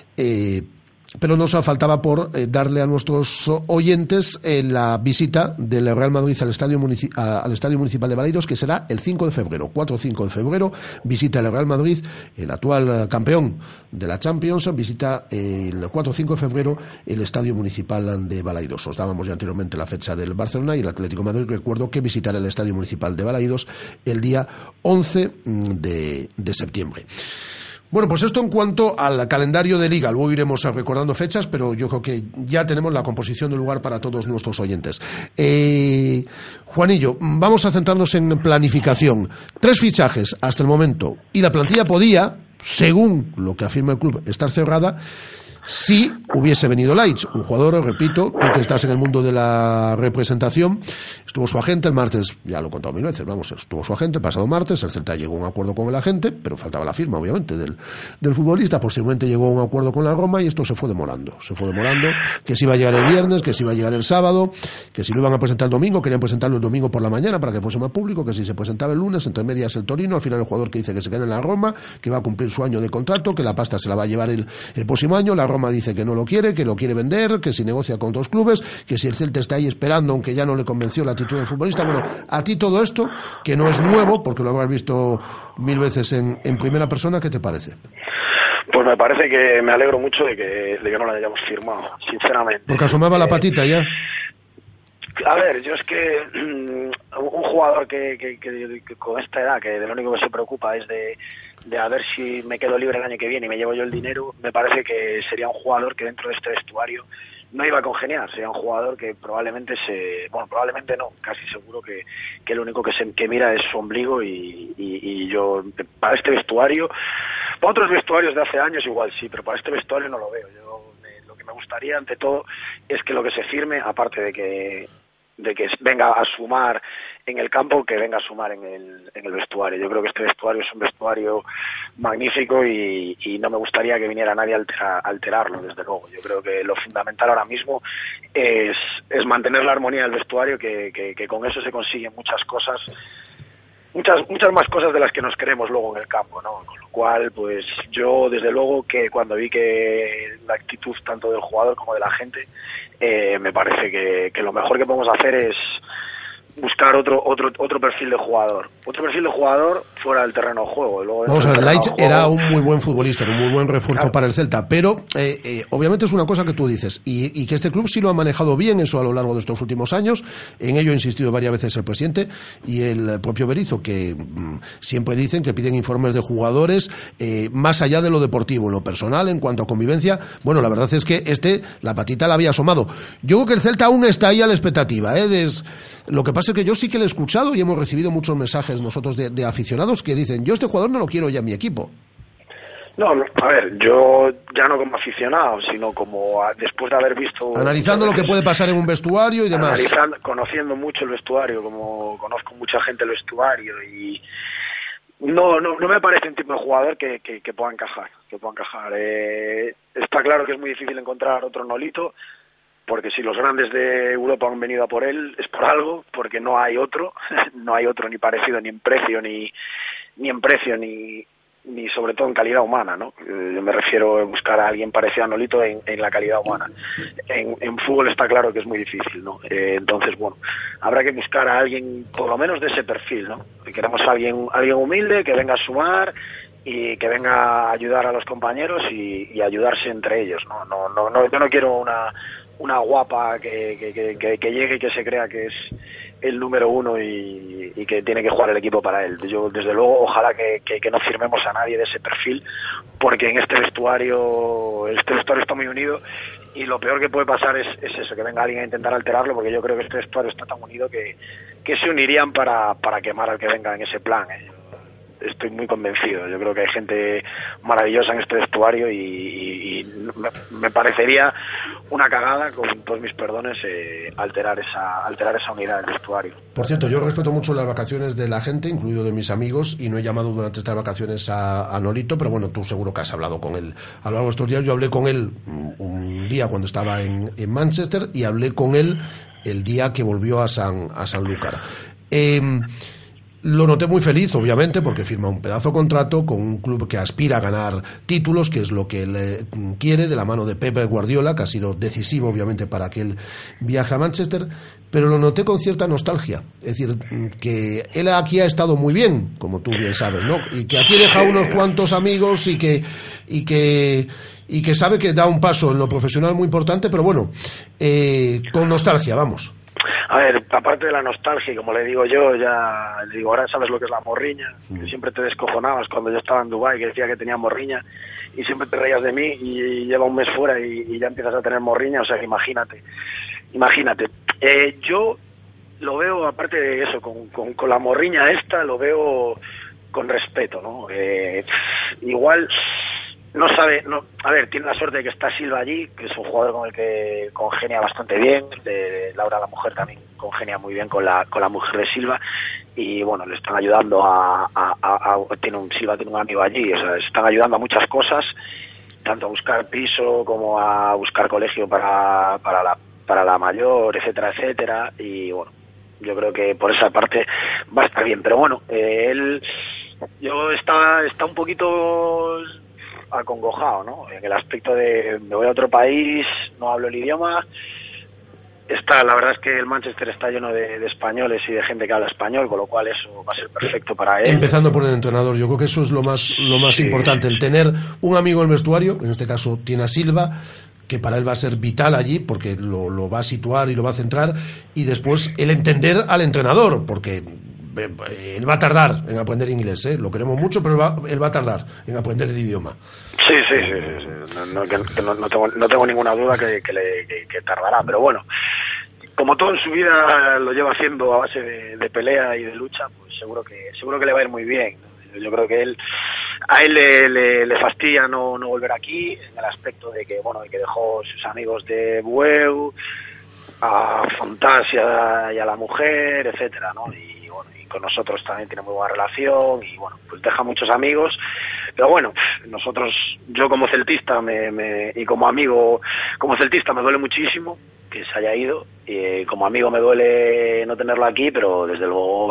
Pero nos faltaba por darle a nuestros oyentes la visita del Real Madrid al Estadio Municipal de Balaídos, que será el 5 de febrero, 4 o 5 de febrero, visita el Real Madrid, el actual campeón de la Champions, visita el 4 o 5 de febrero el Estadio Municipal de Balaídos. Os dábamos ya anteriormente la fecha del Barcelona y el Atlético de Madrid. Recuerdo que visitará el Estadio Municipal de Balaídos el día 11 de septiembre. Bueno, pues esto en cuanto al calendario de Liga. Luego iremos recordando fechas, pero yo creo que ya tenemos la composición del lugar para todos nuestros oyentes. Juanillo, vamos a centrarnos en planificación. 3 fichajes hasta el momento, y la plantilla podía, según lo que afirma el club, estar cerrada si hubiese venido Leitch, un jugador, repito, tú que estás en el mundo de la representación. Estuvo su agente el martes, ya lo he contado 1000 veces, estuvo su agente el pasado martes, el Celta llegó a un acuerdo con el agente, pero faltaba la firma, obviamente, del futbolista. Posteriormente llegó a un acuerdo con la Roma y esto se fue demorando, que si iba a llegar el viernes, que si iba a llegar el sábado, que si lo iban a presentar el domingo, querían presentarlo el domingo por la mañana para que fuese más público, que si se presentaba el lunes, entre medias el Torino. Al final el jugador que dice que se queda en la Roma, que va a cumplir su año de contrato, que la pasta se la va a llevar el próximo año. La Roma Parma dice que no lo quiere, que lo quiere vender, que si negocia con otros clubes, que si el Celta está ahí esperando, aunque ya no le convenció la actitud del futbolista. Bueno, a ti todo esto, que no es nuevo, porque lo habrás visto 1000 veces en primera persona, ¿qué te parece?
Pues me parece que me alegro mucho de que no lo hayamos firmado, sinceramente.
Porque asomaba la patita ya.
A ver, yo es que un jugador que con esta edad, que de lo único que se preocupa es de a ver si me quedo libre el año que viene y me llevo yo el dinero, me parece que sería un jugador que dentro de este vestuario no iba a congeniar. Sería un jugador que probablemente probablemente no, casi seguro que lo único que mira es su ombligo y yo, para este vestuario, para otros vestuarios de hace años igual sí, pero para este vestuario no lo veo. Lo que me gustaría ante todo es que lo que se firme, aparte de que venga a sumar en el campo, que venga a sumar en el vestuario. Yo creo que este vestuario es un vestuario magnífico y no me gustaría que viniera nadie a alterarlo, desde luego. Yo creo que lo fundamental ahora mismo es mantener la armonía del vestuario, que con eso se consiguen muchas cosas, muchas más cosas de las que nos queremos luego en el campo, ¿no? Con lo cual, pues yo desde luego que cuando vi que la actitud tanto del jugador como de la gente, me parece que lo mejor que podemos hacer es buscar otro perfil de jugador. Otro perfil de jugador fuera del terreno de juego. Luego,
vamos a ver, Laich era un muy buen futbolista, era un muy buen refuerzo, claro, para el Celta, pero obviamente es una cosa que tú dices, y que este club sí lo ha manejado bien eso a lo largo de estos últimos años. En ello ha insistido varias veces el presidente y el propio Berizzo, que siempre dicen que piden informes de jugadores más allá de lo deportivo, en lo personal, en cuanto a convivencia. Bueno, la verdad es que la patita la había asomado. Yo creo que el Celta aún está ahí a la expectativa, lo que pasa es que yo sí que le he escuchado y hemos recibido muchos mensajes nosotros de aficionados que dicen, yo este jugador no lo quiero ya en mi equipo.
No, a ver, yo ya no como aficionado, sino como después de haber visto...
Analizando lo que puede pasar en un vestuario y demás.
Conociendo mucho el vestuario, como conozco mucha gente el vestuario, y no me parece un tipo de jugador que pueda encajar. Está claro que es muy difícil encontrar otro Nolito, porque si los grandes de Europa han venido a por él es por algo, porque no hay otro ni parecido ni en precio ni sobre todo en calidad humana, ¿no? Yo me refiero a buscar a alguien parecido a Nolito en la calidad humana. En fútbol está claro que es muy difícil, ¿no? Entonces, bueno, habrá que buscar a alguien por lo menos de ese perfil, ¿no? Queremos a alguien humilde que venga a sumar y que venga a ayudar a los compañeros y ayudarse entre ellos, ¿no? Yo no quiero una guapa que llegue y que se crea que es el número uno y que tiene que jugar el equipo para él. Yo, desde luego, ojalá que no firmemos a nadie de ese perfil, porque en este vestuario está muy unido y lo peor que puede pasar es eso, que venga alguien a intentar alterarlo, porque yo creo que este vestuario está tan unido que se unirían para quemar al que venga en ese plan, Estoy muy convencido. Yo creo que hay gente maravillosa en este vestuario y me parecería una cagada, con todos mis perdones, alterar esa unidad del vestuario.
Por cierto, yo respeto mucho las vacaciones de la gente, incluido de mis amigos, y no he llamado durante estas vacaciones a Nolito, pero bueno, tú seguro que has hablado con él a lo largo de estos días. Yo hablé con él un día cuando estaba en Manchester y hablé con él el día que volvió a Sanlúcar. Lo noté muy feliz, obviamente, porque firma un pedazo de contrato con un club que aspira a ganar títulos, que es lo que él quiere, de la mano de Pep Guardiola, que ha sido decisivo, obviamente, para que él viaje a Manchester, pero lo noté con cierta nostalgia. Es decir, que él aquí ha estado muy bien, como tú bien sabes, ¿no? Y que aquí deja unos cuantos amigos y que sabe que da un paso en lo profesional muy importante, pero bueno, con nostalgia, vamos.
A ver, aparte de la nostalgia, como le digo yo, ahora sabes lo que es la morriña, que siempre te descojonabas cuando yo estaba en Dubái, que decía que tenía morriña, y siempre te reías de mí, y lleva un mes fuera y ya empiezas a tener morriña, o sea que imagínate. Yo lo veo, aparte de eso, con la morriña esta, lo veo con respeto, ¿no? Igual... a ver, tiene la suerte de que está Silva allí, que es un jugador con el que congenia bastante bien. Laura, la mujer, también congenia muy bien con la mujer de Silva, y bueno, le están ayudando Silva tiene un amigo allí, o sea, están ayudando a muchas cosas, tanto a buscar piso como a buscar colegio para la mayor, etcétera, etcétera, y bueno, yo creo que por esa parte va a estar bien, pero bueno, él está un poquito acongojado, ¿no? En el aspecto de me voy a otro país, no hablo el idioma. La verdad es que el Manchester está lleno de españoles y de gente que habla español, con lo cual eso va a ser perfecto para él.
Empezando por el entrenador, yo creo que eso es lo más importante, el tener un amigo en el vestuario, en este caso tiene a Silva, que para él va a ser vital allí, porque lo va a situar y lo va a centrar, y después el entender al entrenador, porque él va a tardar en aprender inglés, lo queremos mucho, pero él va a tardar en aprender el idioma.
Sí. No tengo ninguna duda que tardará, pero bueno, como todo en su vida lo lleva haciendo a base de pelea y de lucha, pues seguro que le va a ir muy bien. Yo creo que a él le fastidia no volver aquí, en el aspecto de que dejó sus amigos de Bueu, a Fontás y a la mujer, etcétera, ¿no? Y con nosotros también tiene muy buena relación y pues deja muchos amigos, pero yo como celtista y como amigo, como celtista me duele muchísimo que se haya ido, y como amigo me duele no tenerlo aquí, pero desde luego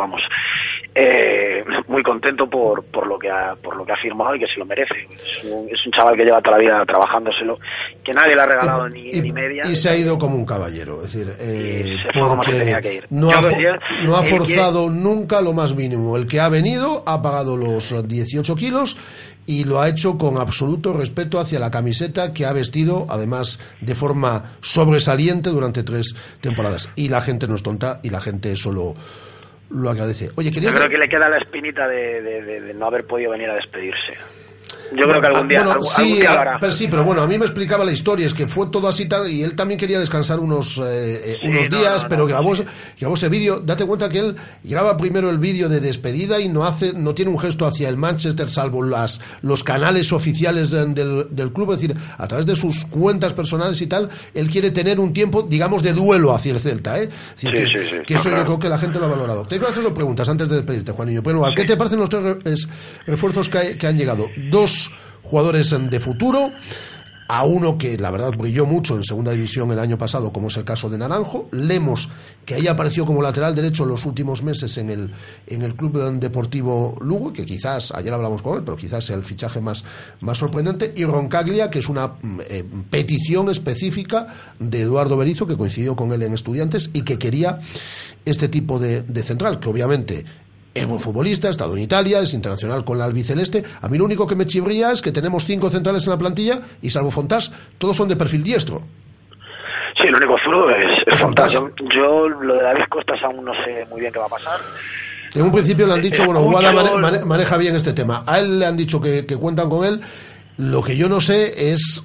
muy contento por lo que ha firmado y que se lo merece. Es un chaval que lleva toda la vida trabajándoselo, que nadie le ha regalado ni media,
y se ha ido como un caballero, es decir,
se fue como se tenía que ir.
No ha forzado nunca lo más mínimo. El que ha venido ha pagado los 18 kilos y lo ha hecho con absoluto respeto hacia la camiseta que ha vestido, además de forma sobresaliente durante 3 temporadas. Y la gente no es tonta y la gente eso lo agradece. Oye,
yo creo que le queda la espinita de no haber podido venir a despedirse. Yo creo que algún día lo hará.
Pero bueno, a mí me explicaba la historia, es que fue todo así tal, y él también quería descansar unos días, pero grabó ese vídeo. Date cuenta que él graba primero el vídeo de despedida y no tiene un gesto hacia el Manchester, salvo los canales oficiales del club, es decir, a través de sus cuentas personales y tal, él quiere tener un tiempo, digamos, de duelo hacia el Celta, ¿eh? Es decir, que eso yo creo que la gente lo ha valorado. Te quiero hacer 2 preguntas antes de despedirte, Juanillo. Pero, ¿qué te parecen los 3 refuerzos que han llegado? 2 jugadores de futuro, a uno que la verdad brilló mucho en segunda división el año pasado, como es el caso de Naranjo, Lemos, que ahí apareció como lateral derecho en los últimos meses en el Club Deportivo Lugo, que quizás, ayer hablamos con él, pero quizás sea el fichaje más sorprendente, y Roncaglia, que es una petición específica de Eduardo Berizzo, que coincidió con él en Estudiantes y que quería este tipo de central, que obviamente es buen futbolista, ha estado en Italia, es internacional con la albiceleste. A mí lo único que me chirría es que tenemos 5 centrales en la plantilla y salvo Fontás, todos son de perfil diestro.
Sí, lo único zurdo es Fontás. Yo lo de David Costas aún no sé muy bien qué va a pasar.
En un principio le han dicho, Guada maneja bien este tema. A él le han dicho que cuentan con él. Lo que yo no sé es...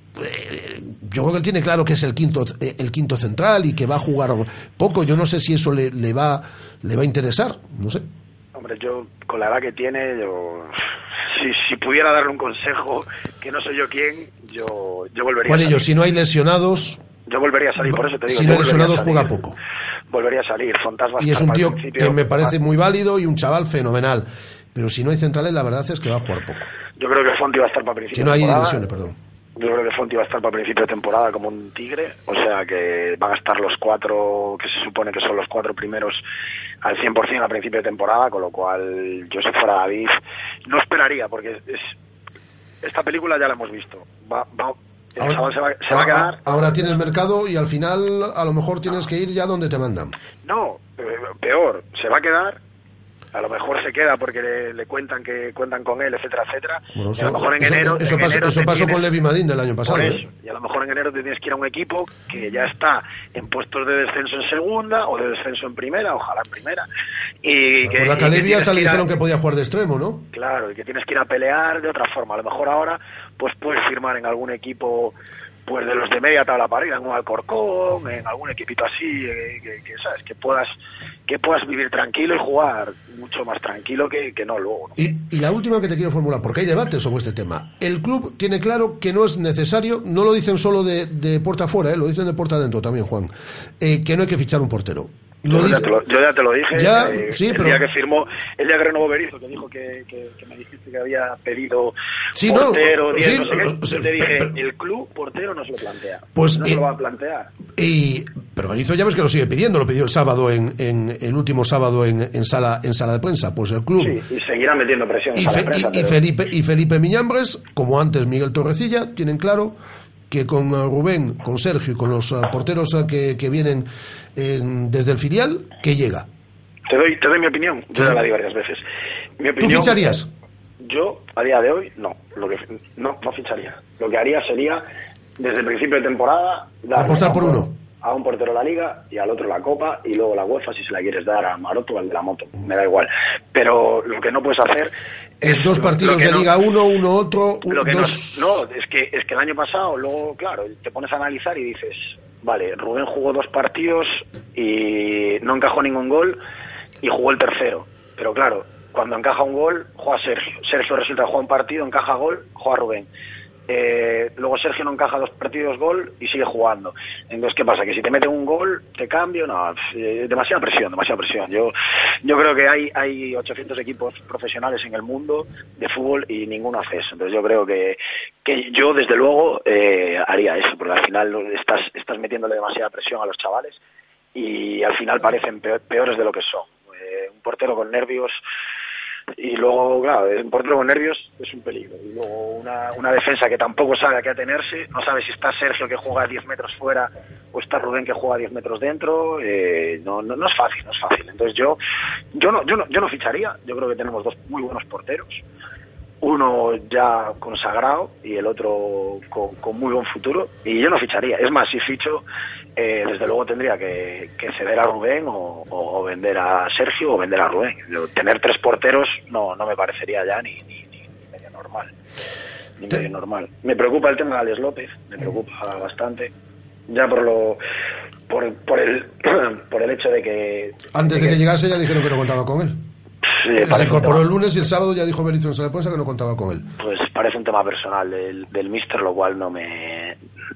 yo creo que él tiene claro que es el quinto central y que va a jugar poco. Yo no sé si eso le va a interesar, no sé.
Hombre, yo con la edad que tiene, si pudiera darle un consejo, que no soy yo quién, yo volvería
Juanillo,
a salir.
Si no hay lesionados,
yo volvería a salir, por eso te digo.
Si no hay lesionados, juega poco.
Volvería a salir. Fontás va a
y es un tío que me parece muy válido y un chaval fenomenal. Pero si no hay centrales, la verdad es que va a jugar poco.
Yo creo que Fonti va a estar para principio
de temporada. Si no hay lesiones, perdón.
Yo creo que Fonti va a estar para principio de temporada como un tigre, o sea que van a estar los 4, que se supone que son los 4 primeros al 100% a principio de temporada, con lo cual yo si fuera David no esperaría, porque esta película ya la hemos visto. El chaval se va a quedar.
Ahora tienes mercado y al final a lo mejor tienes que ir ya donde te mandan.
No, peor, se va a quedar. A lo mejor se queda porque le cuentan que cuentan con él, etcétera, etcétera.
Bueno,
y a lo mejor en enero...
Eso pasó con Levi Madín del año pasado.
Y a lo mejor en enero te tienes que ir a un equipo que ya está en puestos de descenso en segunda o de descenso en primera, ojalá en primera. Y que
a Levi hasta le dijeron que podía jugar de extremo, ¿no?
Claro, y que tienes que ir a pelear de otra forma. A lo mejor ahora pues puedes firmar en algún equipo... pues de los de media tabla para arriba, en un Alcorcón, en algún equipito así, que sabes, que puedas vivir tranquilo y jugar mucho más tranquilo que no luego, ¿no?
Y la última que te quiero formular, porque hay debate sobre este tema. El club tiene claro que no es necesario, no lo dicen solo de puerta afuera, lo dicen de puerta adentro también, Juan, que no hay que fichar un portero.
Yo ya te lo dije,
el
día que firmó, el día que renovó Berizzo, que dijo que me dijiste que había pedido portero, no sé qué, yo te dije, el club portero no se lo plantea,
pues
no se lo va a plantear.
Y Pero Berizzo ya ves que lo sigue pidiendo, lo pidió el sábado el último sábado en sala de prensa. Pues el club
sí, y seguirán metiendo presión en sala de prensa.
Y Felipe Miñambres, como antes Miguel Torrecilla, tienen claro que con Rubén, con Sergio y con los porteros que vienen desde el filial, que llega.
Te doy mi opinión, yo ya la di varias veces. Mi opinión,
¿tú ficharías?
Yo, a día de hoy, no ficharía. Lo que haría sería, desde el principio de temporada,
apostar por uno.
A un portero la Liga y al otro la Copa y luego la UEFA si se la quieres dar a Maroto o al de la moto, me da igual. Pero lo que no puedes hacer
es dos partidos de Liga, uno otro, dos...
No, es que el año pasado, luego, claro, te pones a analizar y dices, vale, Rubén jugó 2 partidos y no encajó ningún gol y jugó el tercero. Pero claro, cuando encaja un gol, juega Sergio. Sergio resulta que juega un partido, encaja gol, juega Rubén. Luego Sergio no encaja 2 partidos gol y sigue jugando. Entonces, ¿qué pasa? Que si te meten un gol, te cambio, no, demasiada presión. Yo creo que hay 800 equipos profesionales en el mundo de fútbol y ninguno hace eso. Entonces yo creo que yo desde luego haría eso, porque al final estás metiéndole demasiada presión a los chavales y al final parecen peores de lo que son. Un portero con nervios. Y luego, claro, un portero con nervios es un peligro. Y luego una defensa que tampoco sabe a qué atenerse, no sabe si está Sergio que juega a 10 metros fuera o está Rubén que juega a 10 metros dentro. No es fácil. Entonces yo no ficharía. Yo creo que tenemos 2 muy buenos porteros. Uno ya consagrado y el otro con muy buen futuro. Y yo no ficharía. Es más, si ficho, desde luego tendría que ceder a Rubén o vender a Sergio o vender a Rubén. Tener 3 porteros no me parecería ya ni medio normal. Medio normal. Me preocupa el tema de Alex López, me preocupa bastante. Ya por el hecho de que... Antes de que llegase ya dijeron que no contaba con él. Sí, se incorporó el lunes y el sábado ya dijo Berizzo en sala de prensa que no contaba con él. Pues parece un tema personal del míster, lo cual no me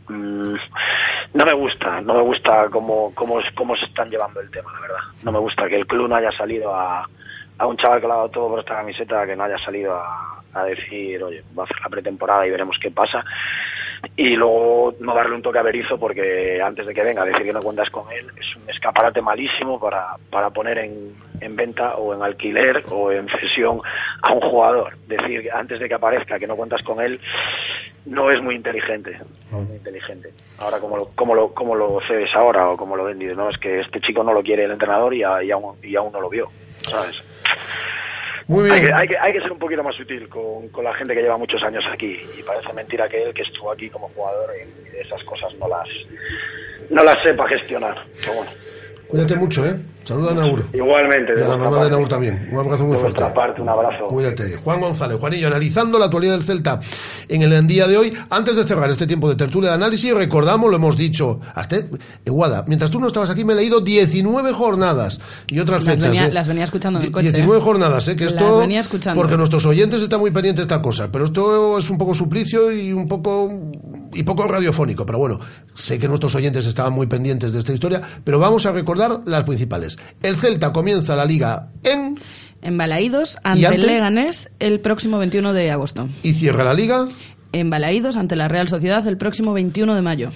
gusta cómo se están llevando el tema, la verdad. No me gusta que el club no haya salido a un chaval que le ha dado todo por esta camiseta, que no haya salido a decir, oye, va a hacer la pretemporada y veremos qué pasa, y luego no darle un toque a Berizzo porque antes de que venga a decir que no cuentas con él es un escaparate malísimo para poner en venta o en alquiler o en cesión a un jugador. Decir antes de que aparezca que no cuentas con él no es muy inteligente. Ahora cómo lo cedes ahora o cómo lo vendes, no, es que este chico no lo quiere el entrenador y aún no lo vio, ¿sabes? Muy bien. Hay que ser un poquito más sutil con la gente que lleva muchos años aquí, y parece mentira que él, que estuvo aquí como jugador, y de esas cosas no las sepa gestionar. Pero bueno. Cuídate mucho, Saluda a Naur. Igualmente. Y a la mamá de Naur también. Un abrazo muy fuerte. Un abrazo. Cuídate. Juan González, Juanillo, analizando la actualidad del Celta en el día de hoy. Antes de cerrar este tiempo de tertulia de análisis, recordamos, lo hemos dicho, hasta Eguada, mientras tú no estabas aquí me he leído 19 jornadas y otras fechas. Las venía escuchando en el coche. 19 jornadas, que esto, venía escuchando. Porque nuestros oyentes están muy pendientes de esta cosa, pero esto es un poco suplicio y poco radiofónico, pero bueno, sé que nuestros oyentes estaban muy pendientes de esta historia, pero vamos a recordar las principales. El Celta comienza la Liga en Balaídos ante el Leganés el próximo 21 de agosto. ¿Y cierra la Liga? En Balaídos ante la Real Sociedad el próximo 21 de mayo.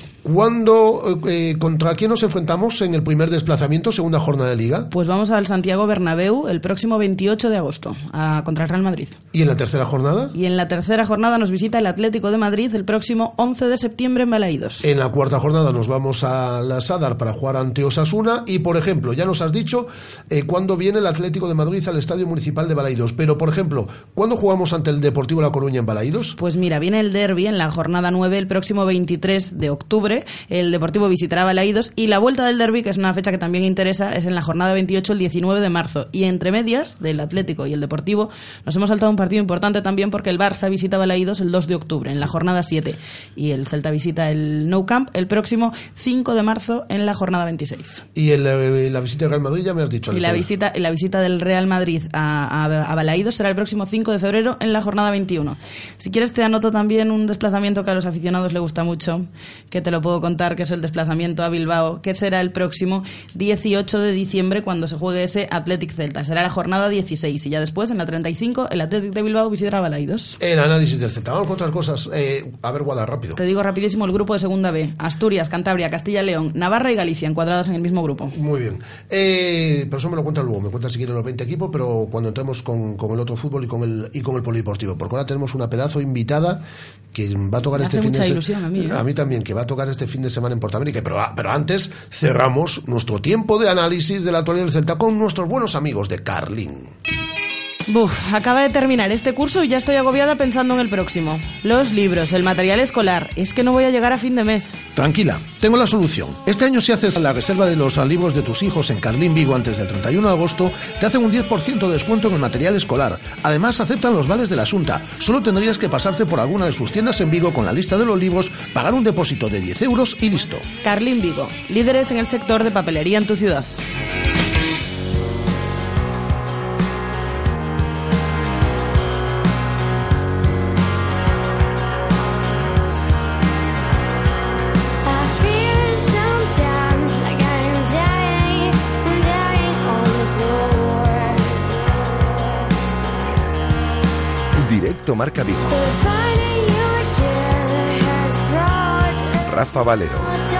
¿Contra quién nos enfrentamos en el primer desplazamiento, segunda jornada de Liga? Pues vamos al Santiago Bernabéu el próximo 28 de agosto contra el Real Madrid. ¿Y en la tercera jornada? Y en la tercera jornada nos visita el Atlético de Madrid el próximo 11 de septiembre en Balaídos. En la cuarta jornada nos vamos a la Sadar para jugar ante Osasuna y, por ejemplo, ya nos has dicho cuándo viene el Atlético de Madrid al Estadio Municipal de Balaídos, pero, por ejemplo, ¿cuándo jugamos ante el Deportivo La Coruña en Balaídos? Pues mira, viene el derbi en la jornada 9 el próximo 23 de octubre. El Deportivo visitará Balaídos y la vuelta del derbi, que es una fecha que también interesa, es en la jornada 28 el 19 de marzo. Y entre medias del Atlético y el Deportivo nos hemos saltado un partido importante también porque el Barça visita Balaídos el 2 de octubre en la jornada 7 y el Celta visita el Nou Camp el próximo 5 de marzo en la jornada 26. ¿Y la visita del Real Madrid ya me has dicho? Y la visita del Real Madrid a Balaídos será el próximo 5 de febrero en la jornada 21. Si quieres te anoto también
también un desplazamiento que a los aficionados les gusta mucho, que te lo puedo contar, que es el desplazamiento a Bilbao, que será el próximo 18 de diciembre cuando se juegue ese Athletic Celta. Será la jornada 16 y ya después, en la 35, el Athletic de Bilbao visitará Balaidos.
El análisis del Celta. Vamos con otras cosas. A ver, Guada, rápido.
Te digo rapidísimo el grupo de Segunda B. Asturias, Cantabria, Castilla y León, Navarra y Galicia, encuadradas en el mismo grupo.
Muy bien. Pero eso me lo cuentas luego. Me cuentas si quieren los 20 equipos, pero cuando entremos con el otro fútbol y con el polideportivo. Porque ahora tenemos una pedazo invitada que va a tocar este fin de semana. A mí también, que va a tocar este fin de semana en Portamérica. Pero antes cerramos nuestro tiempo de análisis de la actualidad del Celta con nuestros buenos amigos de Carlin.
Acaba de terminar este curso y ya estoy agobiada pensando en el próximo. Los libros, el material escolar. Es que no voy a llegar a fin de mes.
Tranquila, tengo la solución. Este año, si haces la reserva de los libros de tus hijos en Carlin Vigo antes del 31 de agosto, te hacen un 10% de descuento en el material escolar. Además, aceptan los vales de la Xunta. Solo tendrías que pasarte por alguna de sus tiendas en Vigo con la lista de los libros, pagar un depósito de 10 euros y listo.
Carlin Vigo, líderes en el sector de papelería en tu ciudad.
Directo Marca Vigo. Rafa Valero.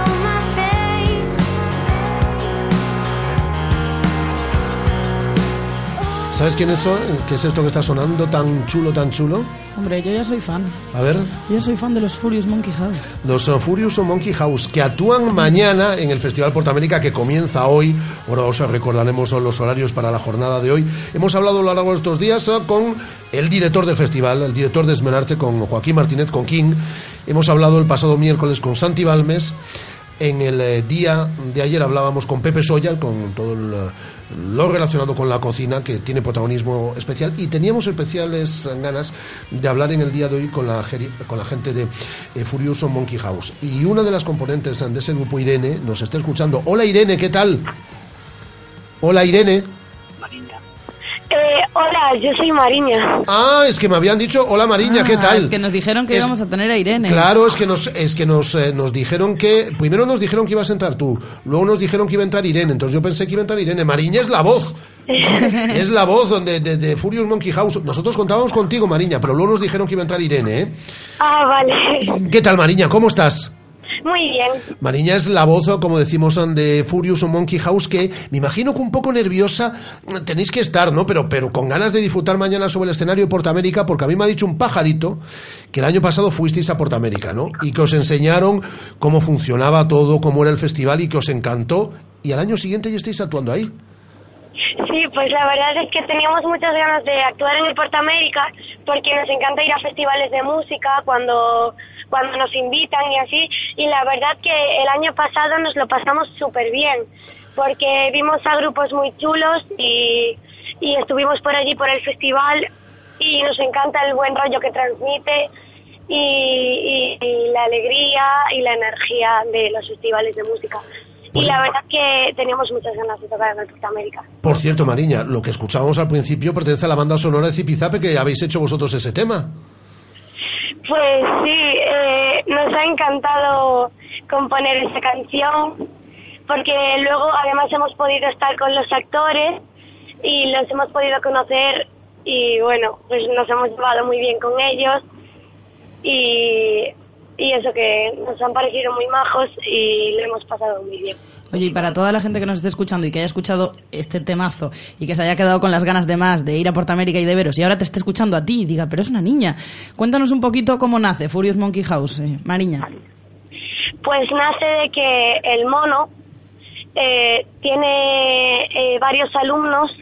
¿Sabes quién es eso? ¿Qué es esto que está sonando tan chulo, tan chulo?
Hombre, yo ya soy fan.
A ver.
Yo soy fan de los Furious Monkey House.
Los Furious Monkey House, que actúan mañana en el Festival Portamérica, que comienza hoy. Ahora os recordaremos los horarios para la jornada de hoy. Hemos hablado a lo largo de estos días con el director del festival, el director de Esmenarte, con Joaquín Martínez, con King. Hemos hablado el pasado miércoles con Santi Balmes. En el día de ayer hablábamos con Pepe Soya, con todo lo relacionado con la cocina, que tiene protagonismo especial, y teníamos especiales ganas de hablar en el día de hoy con la gente de Furious Monkey House. Y una de las componentes de ese grupo, Irene, nos está escuchando. Hola Irene, ¿qué tal? Hola Irene.
Hola, yo soy Mariña.
Ah, es que me habían dicho, hola Mariña, ¿qué tal?
Es que nos dijeron que íbamos a tener a Irene.
Claro, es que nos dijeron que, primero nos dijeron que ibas a entrar tú, luego nos dijeron que iba a entrar Irene, entonces yo pensé que iba a entrar Irene. Mariña es la voz. Es la voz de Furious Monkey House. Nosotros contábamos contigo, Mariña, pero luego nos dijeron que iba a entrar Irene, ¿eh?
Ah, vale.
¿Qué tal, Mariña? ¿Cómo estás?
Muy bien.
Mariña es la voz, como decimos, de Furious Monkey House, que me imagino que un poco nerviosa tenéis que estar, ¿no? Pero con ganas de disfrutar mañana sobre el escenario de Portamérica, porque a mí me ha dicho un pajarito que el año pasado fuisteis a Portamérica, ¿no? Y que os enseñaron cómo funcionaba todo, cómo era el festival, y que os encantó, y al año siguiente ya estáis actuando ahí.
Sí, pues la verdad es que teníamos muchas ganas de actuar en el Portamérica, porque nos encanta ir a festivales de música cuando nos invitan y así, y la verdad que el año pasado nos lo pasamos súper bien, porque vimos a grupos muy chulos y estuvimos por allí por el festival, y nos encanta el buen rollo que transmite y la alegría y la energía de los festivales de música. Y la verdad que teníamos muchas ganas de tocar en el Portamérica.
Por cierto, Mariña, lo que escuchábamos al principio pertenece a la banda sonora de Zipizape, que habéis hecho vosotros ese tema.
Pues sí, nos ha encantado componer esa canción, porque luego además hemos podido estar con los actores y los hemos podido conocer, y bueno, pues nos hemos llevado muy bien con ellos, y eso, que nos han parecido muy majos y lo hemos pasado muy bien.
Oye, y para toda la gente que nos esté escuchando y que haya escuchado este temazo y que se haya quedado con las ganas de más, de ir a Portamérica y de veros, y ahora te esté escuchando a ti y diga, pero es una niña, cuéntanos un poquito cómo nace Furious Monkey House, Mariña.
Pues nace de que el mono tiene varios alumnos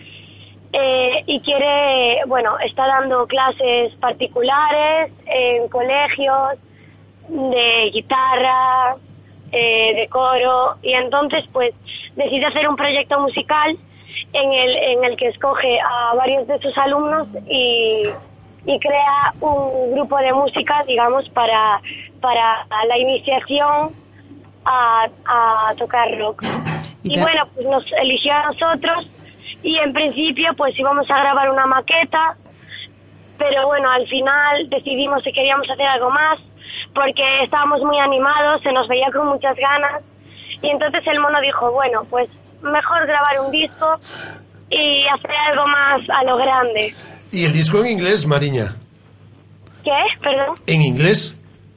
y quiere, está dando clases particulares en colegios de guitarra, de coro, y entonces pues decide hacer un proyecto musical en el que escoge a varios de sus alumnos y crea un grupo de música, digamos, para la iniciación a tocar rock. Y bueno, pues nos eligió a nosotros, y en principio pues íbamos a grabar una maqueta, pero bueno, al final decidimos si queríamos hacer algo más, porque estábamos muy animados, se nos veía con muchas ganas, y entonces el mono dijo, bueno, pues mejor grabar un disco y hacer algo más a lo grande.
¿Y el disco en inglés, Mariña?
¿Qué? ¿Perdón?
¿En inglés?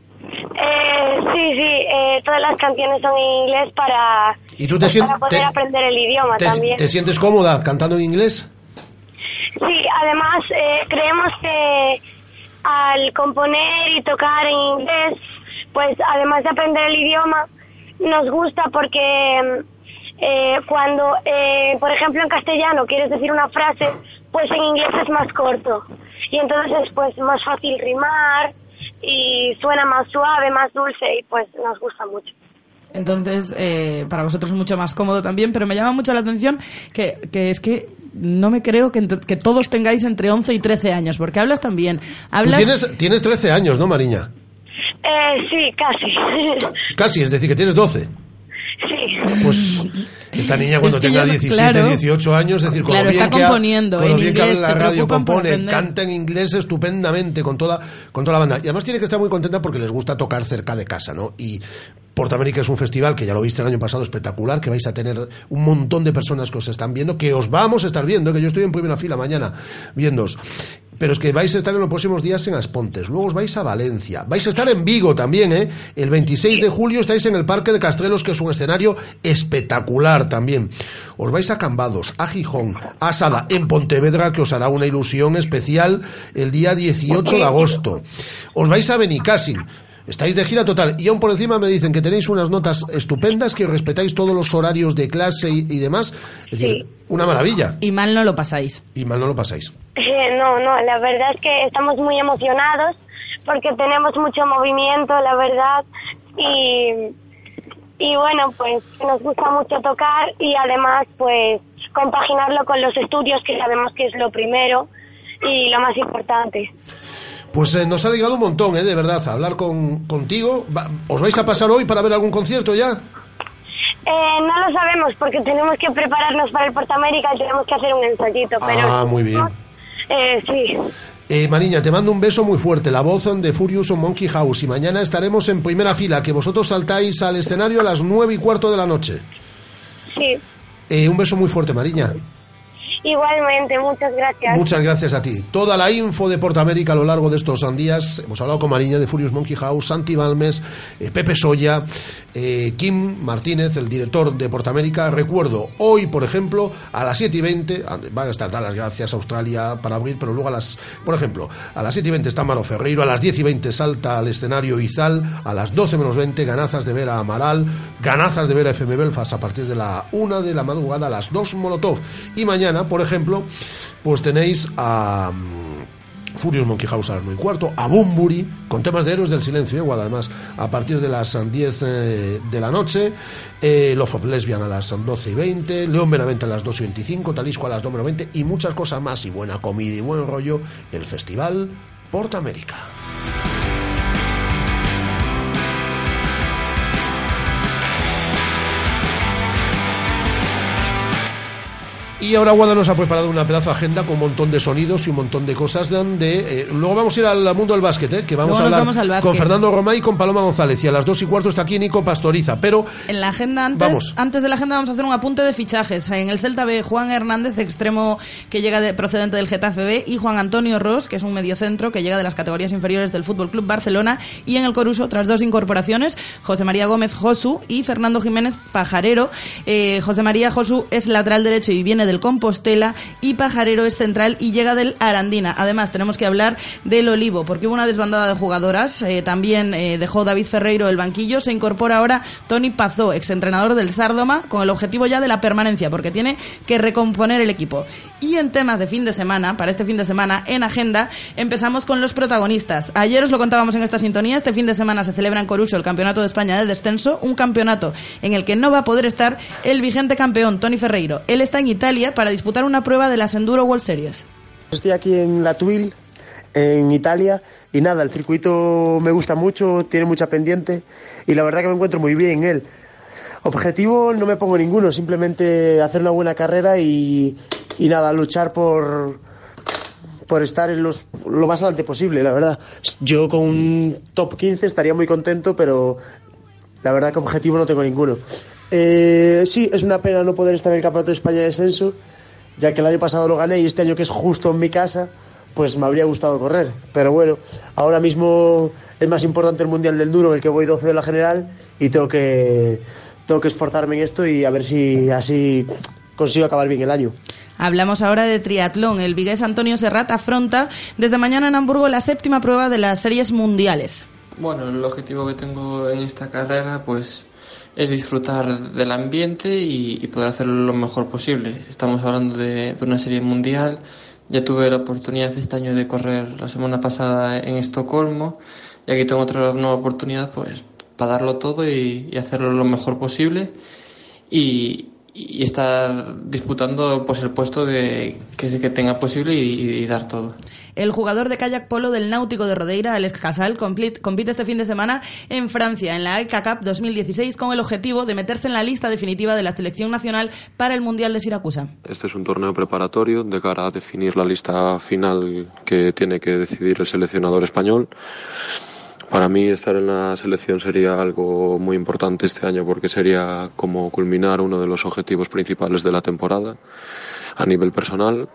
Sí, todas las canciones son en inglés para,
¿Y tú
para poder aprender el idioma también.
¿Te sientes cómoda cantando en inglés?
Sí, además creemos que al componer y tocar en inglés, pues además de aprender el idioma, nos gusta porque cuando, por ejemplo, en castellano quieres decir una frase, pues en inglés es más corto. Y entonces es pues más fácil rimar y suena más suave, más dulce y pues nos gusta mucho.
Entonces, para vosotros es mucho más cómodo también, pero me llama mucho la atención que es que no me creo que todos tengáis entre 11 y 13 años, porque hablas también.
Tienes 13 años, ¿no, Mariña?
Sí, casi.
Casi, es decir, que tienes 12.
Sí.
Pues esta niña cuando tenga 17, 18 años, es decir, con lo bien que habla la radio, compone, canta en inglés estupendamente con toda la banda. Y además tiene que estar muy contenta porque les gusta tocar cerca de casa, ¿no? Y Portamérica es un festival que ya lo viste el año pasado espectacular, que vais a tener un montón de personas que os están viendo, que os vamos a estar viendo, que yo estoy en primera fila mañana viéndoos. Pero es que vais a estar en los próximos días en Aspontes, luego os vais a Valencia, vais a estar en Vigo también, el 26 de julio estáis en el Parque de Castrelos, que es un escenario espectacular también. Os vais a Cambados, a Gijón, a Sada, en Pontevedra, que os hará una ilusión especial el día 18 de agosto. Os vais a Benicàssim. Estáis de gira total y aún por encima me dicen que tenéis unas notas estupendas, que respetáis todos los horarios de clase y demás. Es decir, una maravilla.
Y mal no lo pasáis.
No, la verdad es que estamos muy emocionados porque tenemos mucho movimiento, la verdad, y bueno, pues nos gusta mucho tocar y además pues compaginarlo con los estudios, que sabemos que es lo primero y lo más importante.
Pues nos ha llegado un montón, de verdad, a hablar contigo. ¿Os vais a pasar hoy para ver algún concierto ya?
No lo sabemos porque tenemos que prepararnos para el Portamérica y tenemos que hacer un ensayito. Pero
muy bien.
Sí.
Mariña, te mando un beso muy fuerte, la voz de Furious on Monkey House, y mañana estaremos en primera fila, que vosotros saltáis al escenario a las 9:15 de la noche.
Sí.
Un beso muy fuerte, Mariña.
Igualmente, muchas gracias.
Muchas gracias a ti. Toda la info de Portamérica a lo largo de estos días. Hemos hablado con Mariña de Furious Monkey House, Santi Balmes, Pepe Soya, Kim Martínez, el director de Portamérica. Recuerdo, hoy, por ejemplo, a las 7:20, van a estar dadas las gracias a Australia para abrir, pero luego por ejemplo, a las 7:20 está Mano Ferreiro, a las 10:20 salta al escenario Izal, a las 12:20 ganazas de ver a Amaral, ganazas de ver a FM Belfast a partir de la 1 de la madrugada, a las 2 Molotov. Y mañana, por ejemplo, pues tenéis a Furious Monkey House a las 9:15, a Bunbury con temas de Héroes del Silencio, igual además a partir de las 10 de la noche, Love of Lesbian a las 12:20, León Benavente a las 2:25, Talisco a las 2:20 y muchas cosas más, y buena comida y buen rollo, el Festival Portamérica. Y ahora Guada nos ha preparado una pedazo de agenda con un montón de sonidos y un montón de cosas luego vamos a ir al mundo del básquet, que vamos a hablar con Fernando Romay y con Paloma González, y a las 2:15 está aquí Nico Pastoriza, pero
en la agenda antes de la agenda vamos a hacer un apunte de fichajes. En el Celta B, Juan Hernández, extremo que llega procedente del Getafe B, y Juan Antonio Ros, que es un mediocentro que llega de las categorías inferiores del Fútbol Club Barcelona. Y en el Coruso, otras dos incorporaciones, José María Gómez Josu y Fernando Jiménez Pajarero. José María Josu es lateral derecho y viene del Compostela, y Pajarero es central y llega del Arandina. Además tenemos que hablar del Olivo, porque hubo una desbandada de jugadoras, también dejó David Ferreiro el banquillo, se incorpora ahora Toni Pazó, exentrenador del Sárdoma, con el objetivo ya de la permanencia, porque tiene que recomponer el equipo. Y en temas de fin de semana, para este fin de semana, en agenda, empezamos con los protagonistas. Ayer os lo contábamos en esta sintonía, este fin de semana se celebra en Coruso el Campeonato de España de Descenso, un campeonato en el que no va a poder estar el vigente campeón, Toni Ferreiro. Él está en Italia para disputar una prueba de las Enduro World Series.
Estoy aquí en La Tuile, en Italia, y nada, el circuito me gusta mucho, tiene mucha pendiente y la verdad que me encuentro muy bien en él. Objetivo no me pongo ninguno, simplemente hacer una buena carrera y nada, luchar por por estar en lo más adelante posible, la verdad. Yo con un top 15 estaría muy contento, pero la verdad que objetivo no tengo ninguno. Sí, es una pena no poder estar en el Campeonato de España de Descenso, ya que el año pasado lo gané y este año, que es justo en mi casa, pues me habría gustado correr. Pero bueno, ahora mismo es más importante el Mundial del Duro, en el que voy 12 de la general, y tengo que esforzarme en esto y a ver si así consigo acabar bien el año.
Hablamos ahora de triatlón. El vigués Antonio Serrat afronta desde mañana en Hamburgo la 7ª prueba de las series mundiales.
Bueno, el objetivo que tengo en esta carrera pues es disfrutar del ambiente y poder hacerlo lo mejor posible. Estamos hablando de una serie mundial. Ya tuve la oportunidad este año de correr la semana pasada en Estocolmo, y aquí tengo otra nueva oportunidad pues para darlo todo y hacerlo lo mejor posible y estar disputando pues el puesto que tenga posible y dar todo.
El jugador de kayak polo del Náutico de Rodeira, Alex Casal, compite este fin de semana en Francia, en la ICA Cup 2016, con el objetivo de meterse en la lista definitiva de la selección nacional para el Mundial de Siracusa.
Este es un torneo preparatorio de cara a definir la lista final que tiene que decidir el seleccionador español. Para mí estar en la selección sería algo muy importante este año, porque sería como culminar uno de los objetivos principales de la temporada a nivel personal.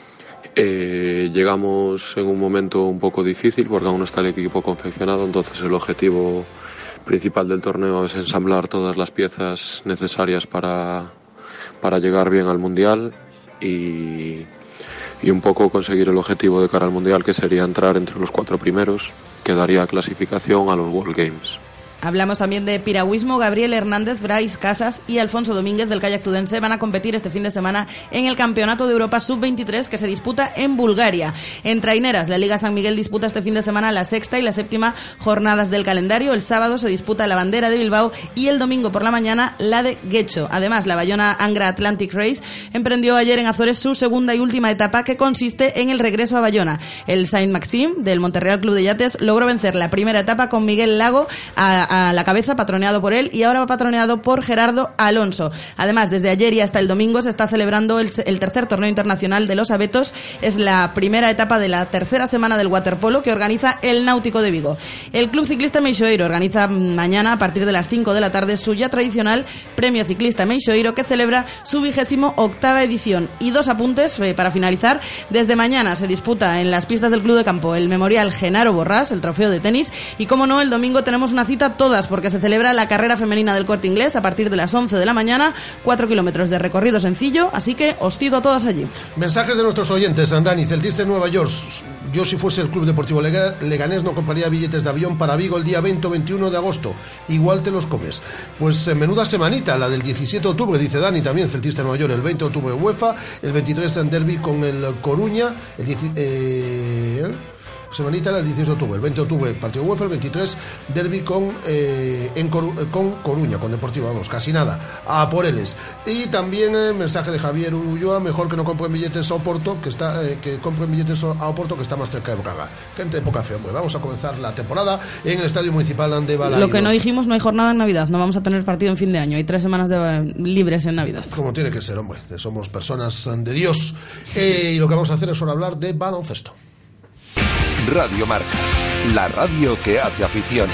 Llegamos en un momento un poco difícil porque aún no está el equipo confeccionado, entonces el objetivo principal del torneo es ensamblar todas las piezas necesarias para llegar bien al Mundial y un poco conseguir el objetivo de cara al Mundial, que sería entrar entre los 4 primeros, que daría clasificación a los World Games.
Hablamos también de piragüismo. Gabriel Hernández, Brais Casas y Alfonso Domínguez del kayak tudense van a competir este fin de semana en el Campeonato de Europa Sub-23 que se disputa en Bulgaria. En traineras, la Liga San Miguel disputa este fin de semana la 6ª y la 7ª jornadas del calendario. El sábado se disputa la Bandera de Bilbao y el domingo por la mañana la de Guecho. Además, la Bayona Angra Atlantic Race emprendió ayer en Azores su segunda y última etapa, que consiste en el regreso a Bayona. El Saint-Maxime del Monterreal Club de Yates logró vencer la primera etapa con Miguel Lago a la cabeza, patroneado por él, y ahora va patroneado por Gerardo Alonso. Además, desde ayer y hasta el domingo se está celebrando el tercer torneo internacional de los abetos. Es la primera etapa de la tercera semana del waterpolo que organiza el Náutico de Vigo. El Club Ciclista Meixoeiro organiza mañana a partir de las 5 de la tarde su ya tradicional Premio Ciclista Meixoeiro, que celebra su 28ª edición. Y 2 apuntes para finalizar. Desde mañana se disputa en las pistas del Club de Campo el Memorial Genaro Borrás, el trofeo de tenis, y como no, el domingo tenemos una cita todas, porque se celebra la carrera femenina del Corte Inglés a partir de las 11 de la mañana, 4 kilómetros de recorrido sencillo, así que os cito a todas allí.
Mensajes de nuestros oyentes. Andani, celtista en Nueva York. Yo, si fuese el Club Deportivo Leganés, no compraría billetes de avión para Vigo el día 20 o 21 de agosto. Igual te los comes. Pues menuda semanita, la del 17 de octubre, dice Dani, también celtista en Nueva York. El 20 de octubre UEFA, el 23 en derbi con el Coruña, semanita el 16 de octubre, el 20 de octubre partido UEFA, el 23 derbi con Coruña, con Deportivo, vamos, casi nada, a por Eles. Y también mensaje de Javier Ulloa: mejor que no compren billetes a Oporto, que compren billetes a Oporto, que está más cerca de Braga. Gente de poca fe, hombre. Vamos a comenzar la temporada en el Estadio Municipal de Balaídos.
Lo que no dijimos, no hay jornada en Navidad, no vamos a tener partido en fin de año, hay 3 semanas libres en Navidad.
Como tiene que ser, hombre, somos personas de Dios. Y lo que vamos a hacer es ahora hablar de baloncesto.
Radio Marca, la radio que hace afición.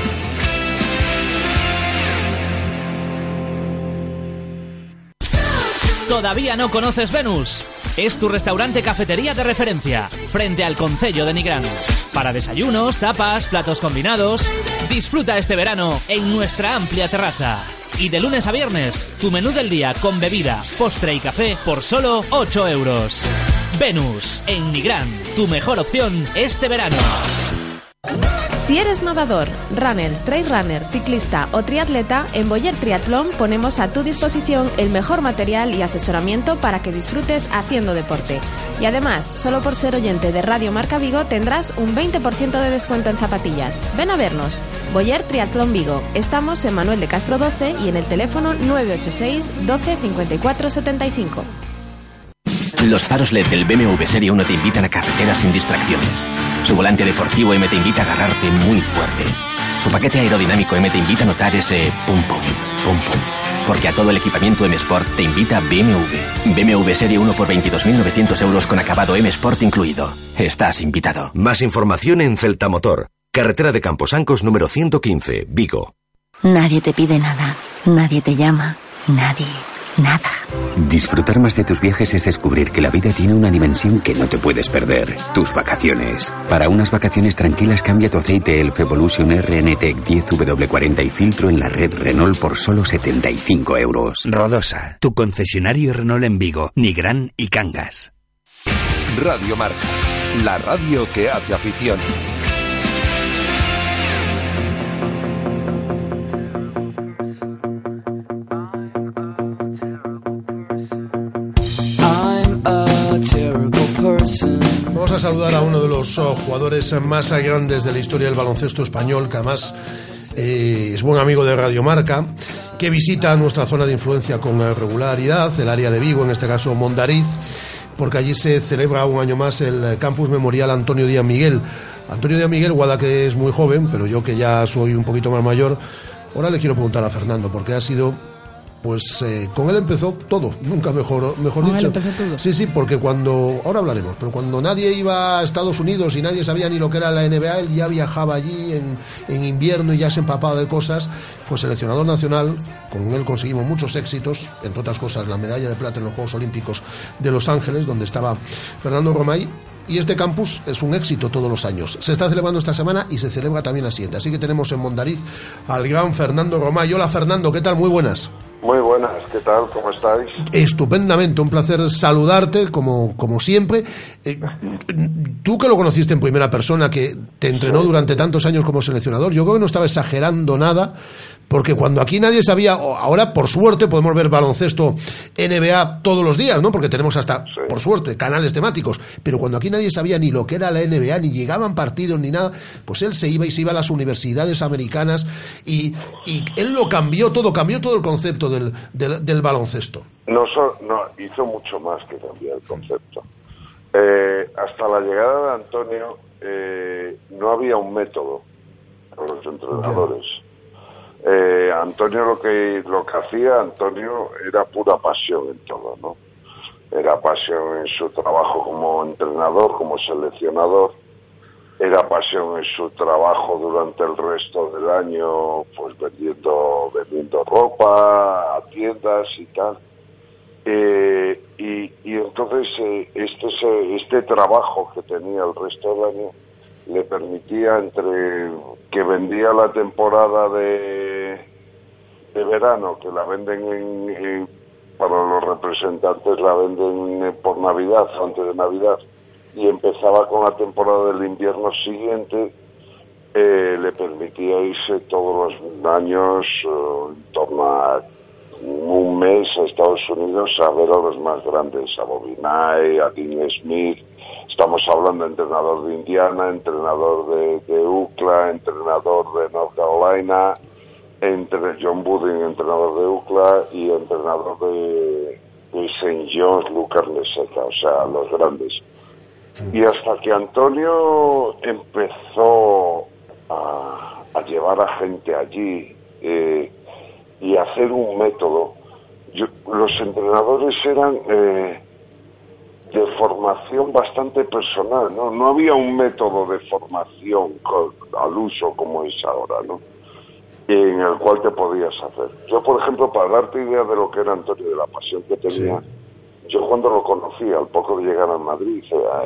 ¿Todavía no conoces Venus? Es tu restaurante cafetería de referencia, frente al Concello de Nigrán. Para desayunos, tapas, platos combinados. Disfruta este verano en nuestra amplia terraza. Y de lunes a viernes, tu menú del día con bebida, postre y café por solo 8 euros. Venus, en Nigrán, tu mejor opción este verano.
Si eres nadador, runner, trail runner, ciclista o triatleta, en Boyer Triatlón ponemos a tu disposición el mejor material y asesoramiento para que disfrutes haciendo deporte. Y además, solo por ser oyente de Radio Marca Vigo tendrás un 20% de descuento en zapatillas. Ven a vernos. Boyer Triatlón Vigo. Estamos en Manuel de Castro 12 y en el teléfono 986 12 54 75.
Los faros LED del BMW Serie 1 te invitan a carreteras sin distracciones. Su volante deportivo M te invita a agarrarte muy fuerte. Su paquete aerodinámico M te invita a notar ese pum pum. pum pum. Porque a todo el equipamiento M Sport te invita BMW. BMW Serie 1 por 22.900 euros con acabado M Sport incluido. Estás invitado.
Más información en Celta Motor. Carretera de Camposancos número 115, Vigo.
Nadie te pide nada. Nadie te llama. Nadie. Nada.
Disfrutar más de tus viajes es descubrir que la vida tiene una dimensión que no te puedes perder. Tus vacaciones. Para unas vacaciones tranquilas, cambia tu aceite Elf Evolution RN-Tech 10W40 y filtro en la red Renault por solo 75 euros.
Rodosa, tu concesionario Renault en Vigo, Nigrán y Cangas.
Radio Marca, la radio que hace afición.
Vamos a saludar a uno de los jugadores más grandes de la historia del baloncesto español, que además es buen amigo de Radio Marca, que visita nuestra zona de influencia con regularidad, el área de Vigo, en este caso Mondariz, porque allí se celebra un año más el Campus Memorial Antonio Díaz Miguel. Antonio Díaz Miguel, Guada, que es muy joven, pero yo que ya soy un poquito más mayor, ahora le quiero preguntar a Fernando, porque ha sido... Pues con él empezó todo, nunca mejor dicho.
Él empezó todo.
Sí, porque cuando, ahora hablaremos, pero cuando nadie iba a Estados Unidos y nadie sabía ni lo que era la NBA, él ya viajaba allí en invierno y ya se empapaba de cosas. Fue seleccionador nacional, con él conseguimos muchos éxitos, entre otras cosas la medalla de plata en los Juegos Olímpicos de Los Ángeles, donde estaba Fernando Romay. Y este campus es un éxito todos los años. Se está celebrando esta semana y se celebra también la siguiente. Así que tenemos en Mondariz al gran Fernando Romay. Hola Fernando, ¿qué tal? Muy buenas.
Muy buenas, ¿qué tal? ¿Cómo estáis?
Estupendamente, un placer saludarte como siempre. Tú que lo conociste en primera persona, que te entrenó durante tantos años como seleccionador, yo creo que no estaba exagerando nada, porque cuando aquí nadie sabía, ahora por suerte podemos ver baloncesto NBA todos los días, ¿no? Porque tenemos hasta, por suerte, canales temáticos, pero cuando aquí nadie sabía ni lo que era la NBA, ni llegaban partidos ni nada, pues él se iba a las universidades americanas y él lo cambió todo el concepto del baloncesto.
No, hizo mucho más que cambiar el concepto. Hasta la llegada de Antonio no había un método con los entrenadores. Antonio lo que hacía, Antonio era pura pasión en todo, ¿no? Era pasión en su trabajo como entrenador, como seleccionador, era pasión en su trabajo durante el resto del año, pues vendiendo ropa a tiendas y tal. Y entonces este trabajo que tenía el resto del año le permitía, entre que vendía la temporada de verano, que la venden para los representantes, la venden por Navidad, antes de Navidad, y empezaba con la temporada del invierno siguiente, le permitía irse todos los años en torno a un mes a Estados Unidos a ver a los más grandes, a Bobby Knight, a Dean Smith. Estamos hablando de entrenador de Indiana, entrenador de UCLA, entrenador de North Carolina, John Wooden, entrenador de UCLA, y entrenador de St. John's, Lucas Neseca, o sea, los grandes. Y hasta que Antonio empezó a llevar a gente allí y hacer un método, los entrenadores eran de formación bastante personal, no había un método de formación al uso como es ahora, ¿no? En el cual te podías hacer. Yo, por ejemplo, para darte idea de lo que era Antonio, de la pasión que tenía, yo cuando lo conocí, al poco de llegar a Madrid,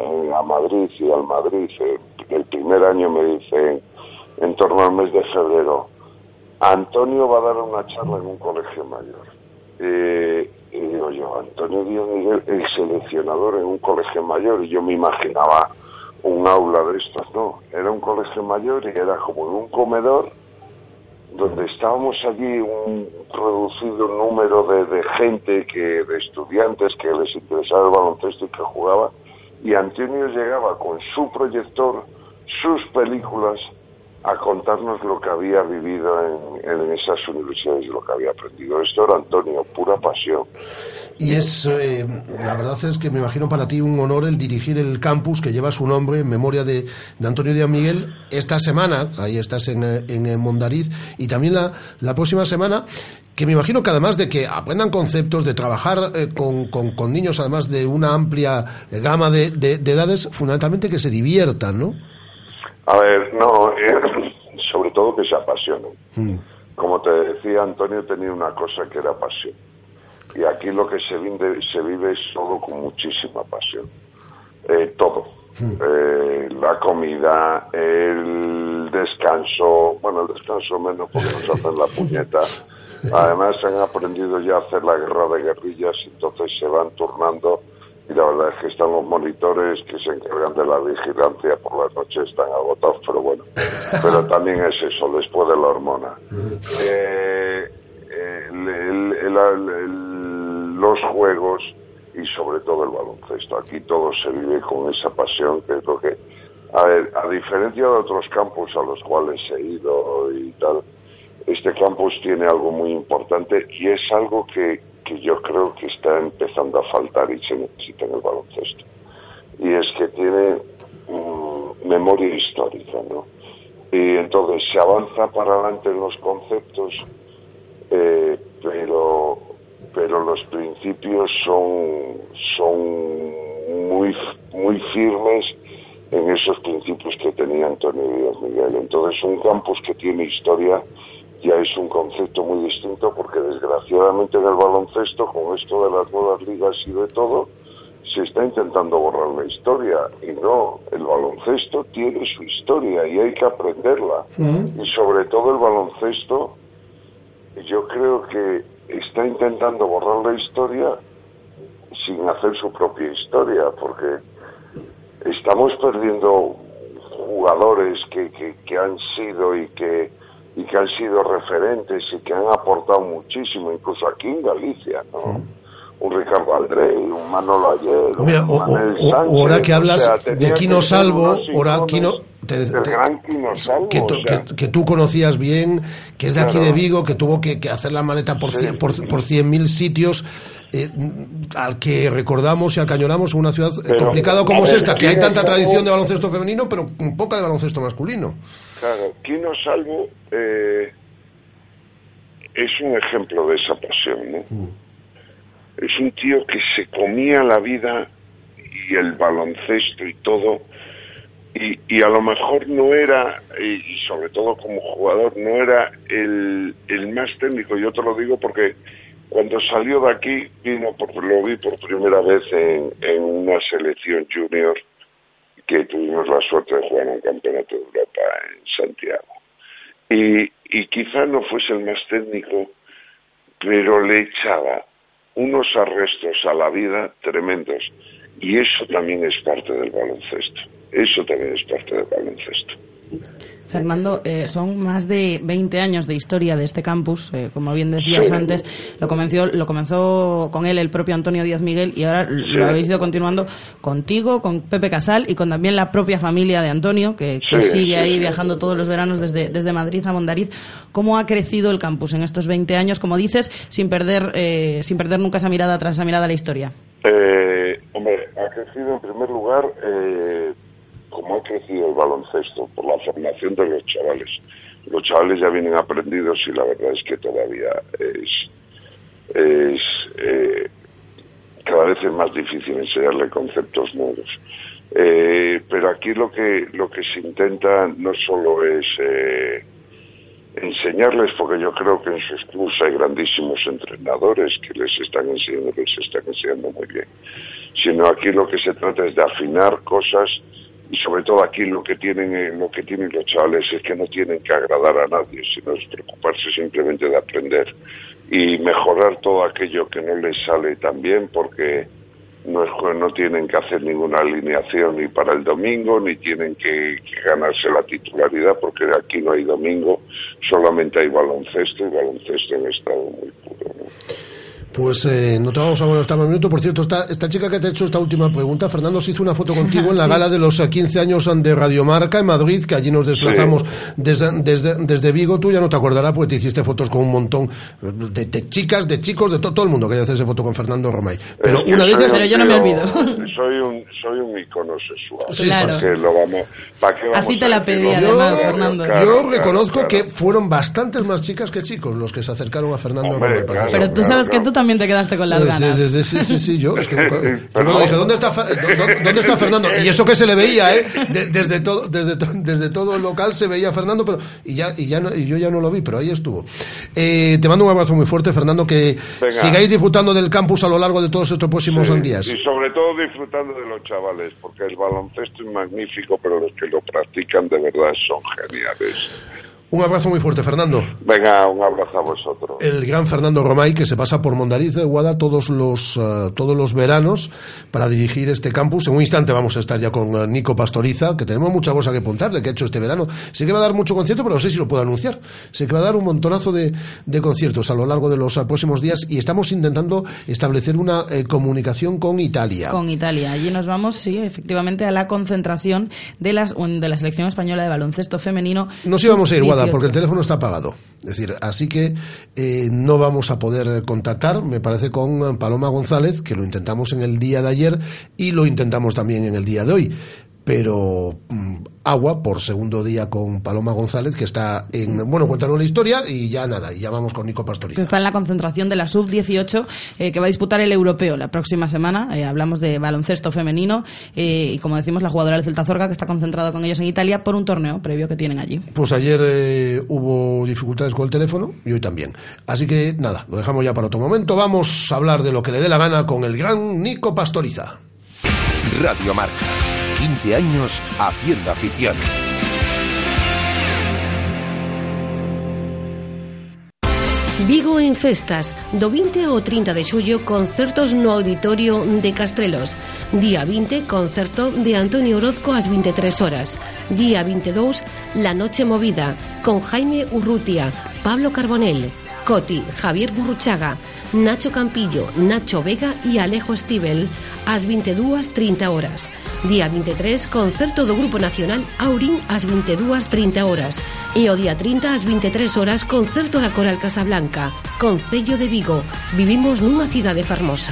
el primer año me dice, en torno al mes de febrero, Antonio va a dar una charla en un colegio mayor. Y digo yo, Antonio Díaz Miguel, el seleccionador en un colegio mayor, y yo me imaginaba un aula de estas, no, era un colegio mayor y era como en un comedor donde estábamos allí un reducido número de gente, de estudiantes que les interesaba el baloncesto y que jugaba, y Antonio llegaba con su proyector, sus películas, a contarnos lo que había vivido en esas universidades y lo que había aprendido. Esto era, Antonio, pura pasión.
Y es, la verdad es que me imagino para ti un honor el dirigir el campus que lleva su nombre en memoria de Antonio Díaz Miguel esta semana. Ahí estás en Mondariz, y también la próxima semana, que me imagino que además de que aprendan conceptos, de trabajar con niños, además de una amplia gama de edades, fundamentalmente que se diviertan, ¿no?
A ver, no, sobre todo que se apasionen. Como te decía, Antonio tenía una cosa que era pasión. Y aquí lo que se vive es todo con muchísima pasión. Todo. La comida, el descanso, bueno, el descanso menos porque nos hacen la puñeta. Además han aprendido ya a hacer la guerra de guerrillas, entonces se van turnando. Y la verdad es que están los monitores que se encargan de la vigilancia por las noches, están agotados, pero bueno. Pero también es eso, después de la hormona. Los juegos y sobre todo el baloncesto. Aquí todo se vive con esa pasión, que es lo que... A ver, a diferencia de otros campus a los cuales he ido y tal, este campus tiene algo muy importante y es algo que yo creo que está empezando a faltar y se necesita en el baloncesto. Y es que tiene memoria histórica, ¿no? Y entonces se avanza para adelante en los conceptos, pero los principios son muy firmes en esos principios que tenía Antonio Díaz Miguel. Entonces un campus que tiene historia ya es un concepto muy distinto, porque desgraciadamente en el baloncesto, con esto de las nuevas ligas y de todo, se está intentando borrar la historia, y no, el baloncesto tiene su historia y hay que aprenderla. Y sobre todo el baloncesto, yo creo que está intentando borrar la historia sin hacer su propia historia, porque estamos perdiendo jugadores que han sido y que han sido referentes y que han aportado muchísimo, incluso aquí en Galicia, ¿no? Un Ricardo Aldrey, un Manolo Ayer, un Manuel Sánchez.
Ahora que hablas de Quino Salvo,
el gran Quino Salvo,
que tú conocías bien, que es de aquí de Vigo, que tuvo que hacer la maleta por 100.000 sitios, al que recordamos y al que añoramos en una ciudad complicada como es esta, que hay tanta tradición de baloncesto femenino, pero poca de baloncesto masculino.
Claro, Quino Salvo es un ejemplo de esa pasión, ¿no? Es un tío que se comía la vida y el baloncesto y todo, y a lo mejor no era, y sobre todo como jugador, no era el más técnico. Yo te lo digo porque cuando salió de aquí, lo vi por primera vez en una selección junior, que tuvimos la suerte de jugar un campeonato de Europa en Santiago. Y quizá no fuese el más técnico, pero le echaba unos arrestos a la vida tremendos. Y eso también es parte del baloncesto.
Fernando, son más de 20 años de historia de este campus, como bien decías antes. Lo comenzó con él el propio Antonio Díaz Miguel, y ahora lo habéis ido continuando contigo, con Pepe Casal y con también la propia familia de Antonio, que sigue ahí viajando todos los veranos desde Madrid a Mondariz. ¿Cómo ha crecido el campus en estos 20 años, como dices, sin perder nunca esa mirada atrás, esa mirada a la historia?
Hombre, ha crecido en primer lugar como ha crecido el baloncesto, por la formación de los chavales. Los chavales ya vienen aprendidos y la verdad es que todavía cada vez es más difícil enseñarle conceptos nuevos. Pero aquí lo que se intenta no solo es enseñarles, porque yo creo que en sus clubes hay grandísimos entrenadores que les están enseñando muy bien, sino aquí lo que se trata es de afinar cosas. Y sobre todo aquí lo que tienen los chavales es que no tienen que agradar a nadie, sino es preocuparse simplemente de aprender y mejorar todo aquello que no les sale tan bien, porque no tienen que hacer ninguna alineación ni para el domingo, ni tienen que ganarse la titularidad, porque aquí no hay domingo, solamente hay baloncesto, y baloncesto en estado muy puro, ¿no?
Pues no te vamos a molestar más minuto. Por cierto, esta chica que te ha hecho esta última pregunta, Fernando, se hizo una foto contigo en la gala de los 15 años de Radiomarca en Madrid, que allí nos desplazamos desde Vigo. Tú ya no te acordarás porque te hiciste fotos con un montón de chicas, de chicos, de todo el mundo quería hacerse foto con Fernando Romay. Pero una de ellas...
Pero yo no me olvido.
Soy un icono sexual.
Sí, claro.
¿Para qué vamos
así te la pedí, además, Fernando.
Yo reconozco que fueron bastantes más chicas que chicos los que se acercaron a Fernando Romay.
Pero tú sabes que tú también te quedaste con las ganas.
Sí, yo. Es que cuando dije, ¿dónde está Fernando? Y eso que se le veía, desde todo el local se veía a Fernando, pero y yo ya no lo vi, pero ahí estuvo. Te mando un abrazo muy fuerte, Fernando, que sigáis disfrutando del campus a lo largo de todos estos próximos días.
Y sobre todo disfrutando de los chavales, porque el baloncesto es magnífico, pero los que lo practican de verdad son geniales.
Un abrazo muy fuerte, Fernando.
Venga, un abrazo a vosotros.
El gran Fernando Romay, que se pasa por Mondariz de Guada todos los veranos para dirigir este campus. En un instante vamos a estar ya con Nico Pastoriza, que tenemos mucha cosa que contarle, que ha hecho este verano. Sé que va a dar mucho concierto, pero no sé si lo puedo anunciar. Sé que va a dar un montonazo de conciertos a lo largo de los próximos días y estamos intentando establecer una comunicación con Italia.
Con Italia. Allí nos vamos, sí, efectivamente, a la concentración de la selección española de baloncesto femenino.
Nos íbamos a ir, Guada, porque el teléfono está apagado. Es decir, así que no vamos a poder contactar, me parece, con Paloma González, que lo intentamos en el día de ayer y lo intentamos también en el día de hoy. Pero agua por segundo día con Paloma González, que está cuéntanos la historia y ya nada, y ya vamos con Nico Pastoriza.
Está en la concentración de la Sub-18 que va a disputar el europeo la próxima semana. Hablamos de baloncesto femenino y, como decimos, la jugadora del Celta Zorca, que está concentrada con ellos en Italia por un torneo previo que tienen allí.
Pues ayer hubo dificultades con el teléfono y hoy también. Así que nada, lo dejamos ya para otro momento. Vamos a hablar de lo que le dé la gana con el gran Nico Pastoriza.
Radio Marca. 15 años haciendo afición.
Vigo en festas. Do 20 ao 30 de xullo, concertos no Auditorio de Castrelos. Día 20, concerto de Antonio Orozco ás 23 horas. Día 22, La Noche Movida, con Jaime Urrutia, Pablo Carbonell, Coti, Javier Gurruchaga, Nacho Campillo, Nacho Vega e Alejo Stivel ás 22:30 horas. Día 23, concerto do Grupo Nacional Aurín ás 22:30 horas. E o día 30 ás 23 horas, concerto da Coral Casablanca, Concello de Vigo. Vivimos nunha cidade fermosa.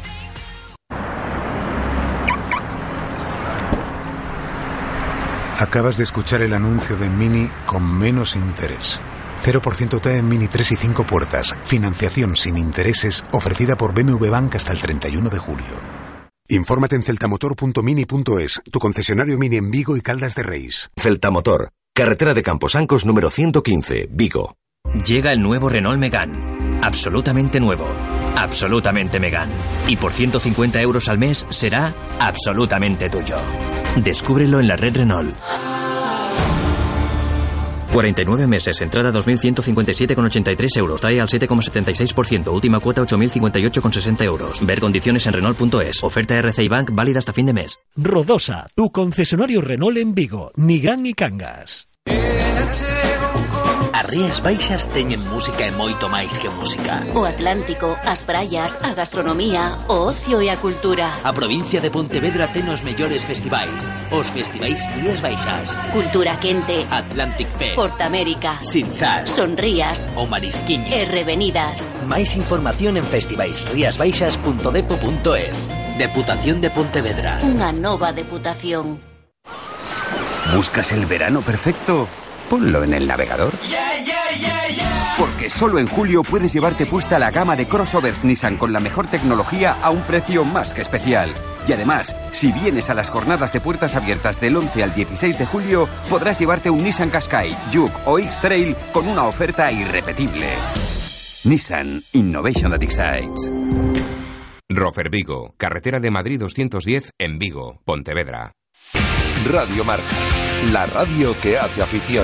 Acabas de escuchar el anuncio de Mini con menos interés. 0% TAE en Mini 3 y 5 puertas. Financiación sin intereses ofrecida por BMW Bank hasta el 31 de julio. Infórmate en celtamotor.mini.es, tu concesionario Mini en Vigo y Caldas de Reis.
Celtamotor, carretera de Camposancos número 115, Vigo.
Llega el nuevo Renault Megane. Absolutamente nuevo. Absolutamente Megane. Y por 150 euros al mes será absolutamente tuyo. Descúbrelo en la red Renault. 49 meses, entrada 2.157,83 euros, TAE al 7,76%, última cuota 8.058,60 euros. Ver condiciones en Renault.es. Oferta RCI Bank válida hasta fin de mes.
Rodosa, tu concesionario Renault en Vigo, Nigrán y Cangas.
As Rías Baixas teñen música e moito máis que música.
O Atlántico, as praias, a gastronomía, o ocio e a cultura.
A provincia de Pontevedra ten os mellores festivais. Os festivais Rías Baixas.
Cultura Quente,
Atlantic Fest,
Portamérica,
Sinsas,
Sonrías
o Marisquiño
e Revenidas.
Máis información en festivaisriasbaixas.depo.es. Deputación de Pontevedra.
Unha nova deputación.
¿Buscas el verano perfecto? Ponlo en el navegador. Porque solo en julio puedes llevarte puesta la gama de crossovers Nissan con la mejor tecnología a un precio más que especial. Y además, si vienes a las jornadas de puertas abiertas del 11 al 16 de julio, podrás llevarte un Nissan Qashqai, Juke o X-Trail con una oferta irrepetible. Nissan Innovation that excites.
Rofer Vigo, carretera de Madrid 210 en Vigo, Pontevedra.
Radio Marca, la radio que hace afición.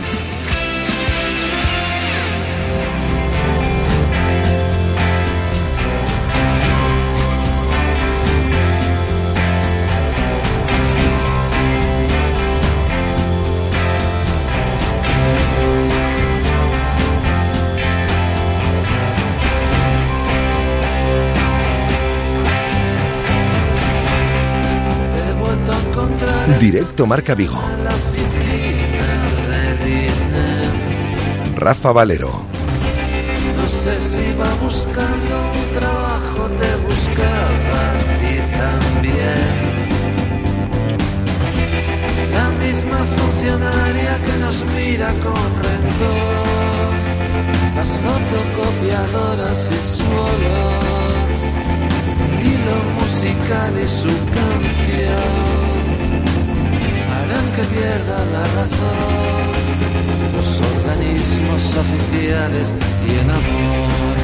Directo Marca Vigo. Rafa Valero.
No sé si va buscando un trabajo, te buscaba a ti también. La misma funcionaria que nos mira con rencor, las fotocopiadoras y su olor, hilo musical y su canción, harán que pierda la razón los organismos oficiales y el amor.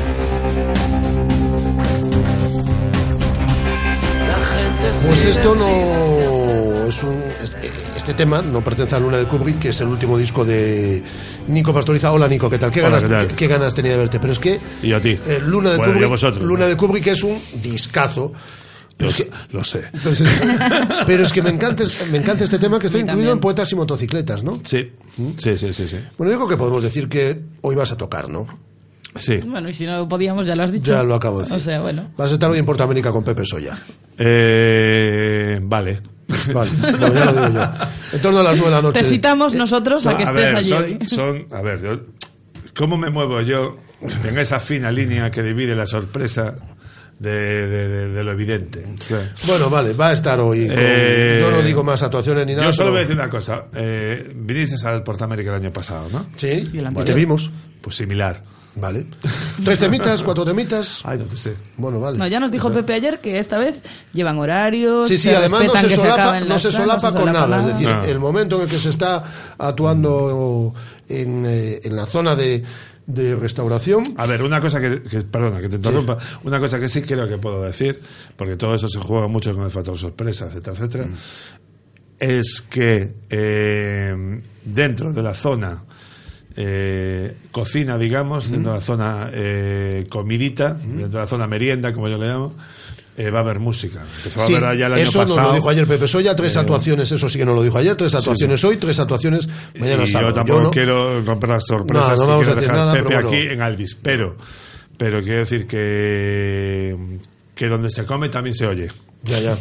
La gente
pues esto no es este tema no pertenece a Luna de Kubrick, que es el último disco de Nico Pastoriza. Hola Nico, ¿qué tal? ¿Qué ganas tenía de verte? Pero es que
y a ti.
Luna de Kubrick es un discazo.
Lo sé.
Pero es que me encanta este tema, que está incluido en Poetas y Motocicletas, ¿no?
Sí. Sí.
Bueno, yo creo que podemos decir que hoy vas a tocar, ¿no?
Sí.
Bueno, y si no podíamos, ya lo has dicho.
Ya lo acabo de decir.
O sea, bueno.
Vas a estar hoy en Portamérica con Pepe Soya.
Vale.
Vale, no, ya lo digo yo. En torno a las 9 de la noche.
Te citamos nosotros a que estés allí hoy.
¿Cómo me muevo yo en esa fina línea que divide la sorpresa de lo evidente?
Bueno, vale, va a estar hoy. Yo no digo más actuaciones ni nada.
Yo solo voy a decir una cosa. Viniste al Portamérica el año pasado, ¿no?
Sí, y te vimos.
Pues similar.
Vale. 3 temitas, 4 temitas.
Ay, no te sé.
Bueno, vale.
No, ya nos dijo Pepe ayer que esta vez llevan horarios.
Sí, además no se solapa con nada. Es decir, el momento en el que se está actuando en la zona de restauración.
A ver, una cosa perdona que te interrumpa, una cosa que sí creo que puedo decir, porque todo eso se juega mucho con el factor sorpresa, etcétera, es que dentro de la zona cocina, digamos, dentro de la zona comidita, dentro de la zona merienda, como yo le llamo, va a haber música. Empezó a haber allá el año pasado. Eso nos lo dijo
ayer Pepe Soya, 3 actuaciones, eso sí que nos lo dijo ayer, 3 actuaciones hoy, 3 actuaciones mañana sábado.
Yo tampoco quiero romper las sorpresas
no vamos a decir nada,
Pepe
pero
aquí en Alvis, pero quiero decir que donde se come también se oye.
Ya.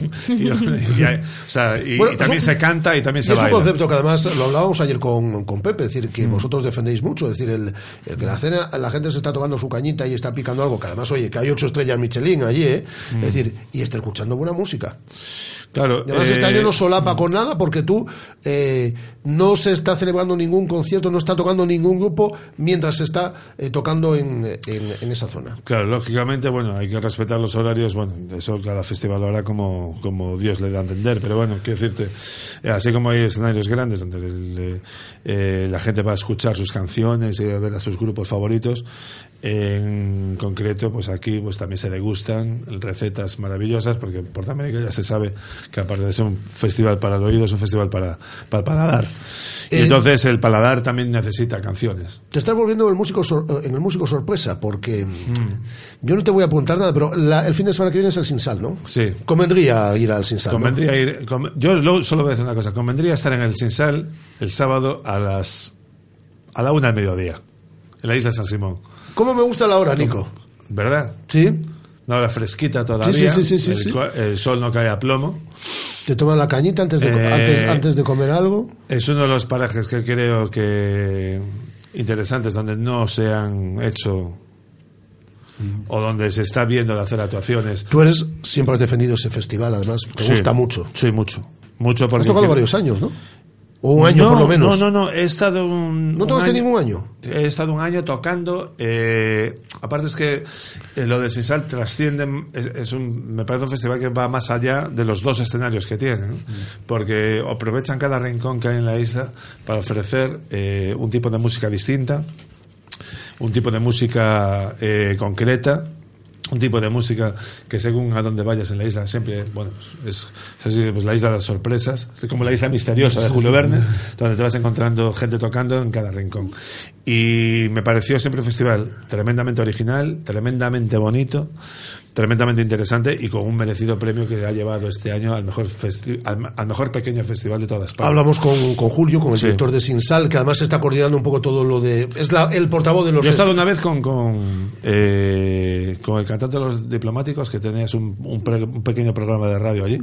Y también se canta y también se baila.
Es un concepto que además lo hablábamos ayer con Pepe, es decir, que vosotros defendéis mucho, es decir, el que la cena, la gente se está tomando su cañita y está picando algo, que además, oye, que hay 8 estrellas Michelin allí, es decir, y está escuchando buena música.
Claro.
Y además este año no solapa con nada, porque tú no se está celebrando ningún concierto, no está tocando ningún grupo mientras se está tocando en esa zona.
Claro, lógicamente, bueno, hay que respetar los horarios, bueno, eso cada festival lo hará como Dios le da a entender, pero bueno, quiero decirte, así como hay escenarios grandes donde la gente va a escuchar sus canciones y a ver a sus grupos favoritos, en concreto, pues aquí pues también se degustan recetas maravillosas, porque en Portamérica ya se sabe que aparte de ser un festival para el oído, es un festival para el paladar. Y entonces el paladar también necesita canciones.
Te estás volviendo en el músico sorpresa, porque yo no te voy a apuntar nada, pero el fin de semana que viene es el Sinsal, ¿no?
Sí.
Convendría ir al Sinsal.
Convendría ir. Yo solo voy a decir una cosa. Convendría estar en el Sinsal el sábado a la 1 del mediodía, en la isla de San Simón.
¿Cómo me gusta la hora, Nico?
¿Verdad?
Sí.
No, la fresquita todavía.
Sí.
El sol no cae a plomo.
¿Te toman la cañita antes de comer algo?
Es uno de los parajes que creo que interesantes, donde no se han hecho o donde se está viendo de hacer actuaciones.
Tú siempre has defendido ese festival, además, te gusta mucho.
Sí, mucho porque
has tocado varios años, ¿no? O un año por lo menos.
No, he estado
¿No tocaste ningún año?
He estado un año tocando. Aparte es que lo de Sinsal trasciende, me parece un festival que va más allá de los 2 escenarios que tiene, ¿no? Porque aprovechan cada rincón que hay en la isla para ofrecer un tipo de música distinta, un tipo de música concreta, un tipo de música que según a donde vayas en la isla siempre, bueno, es la isla de las sorpresas, es como la isla misteriosa de Julio Verne, donde te vas encontrando gente tocando en cada rincón. Y me pareció siempre un festival tremendamente original, tremendamente bonito, tremendamente interesante y con un merecido premio que ha llevado este año al mejor pequeño festival de toda España.
Hablamos con Julio, con el director de Sinsal, que además está coordinando un poco todo lo de... Es el portavoz de los...
Yo he estado una vez con el cantante de los Diplomáticos, que tenías un pequeño programa de radio allí,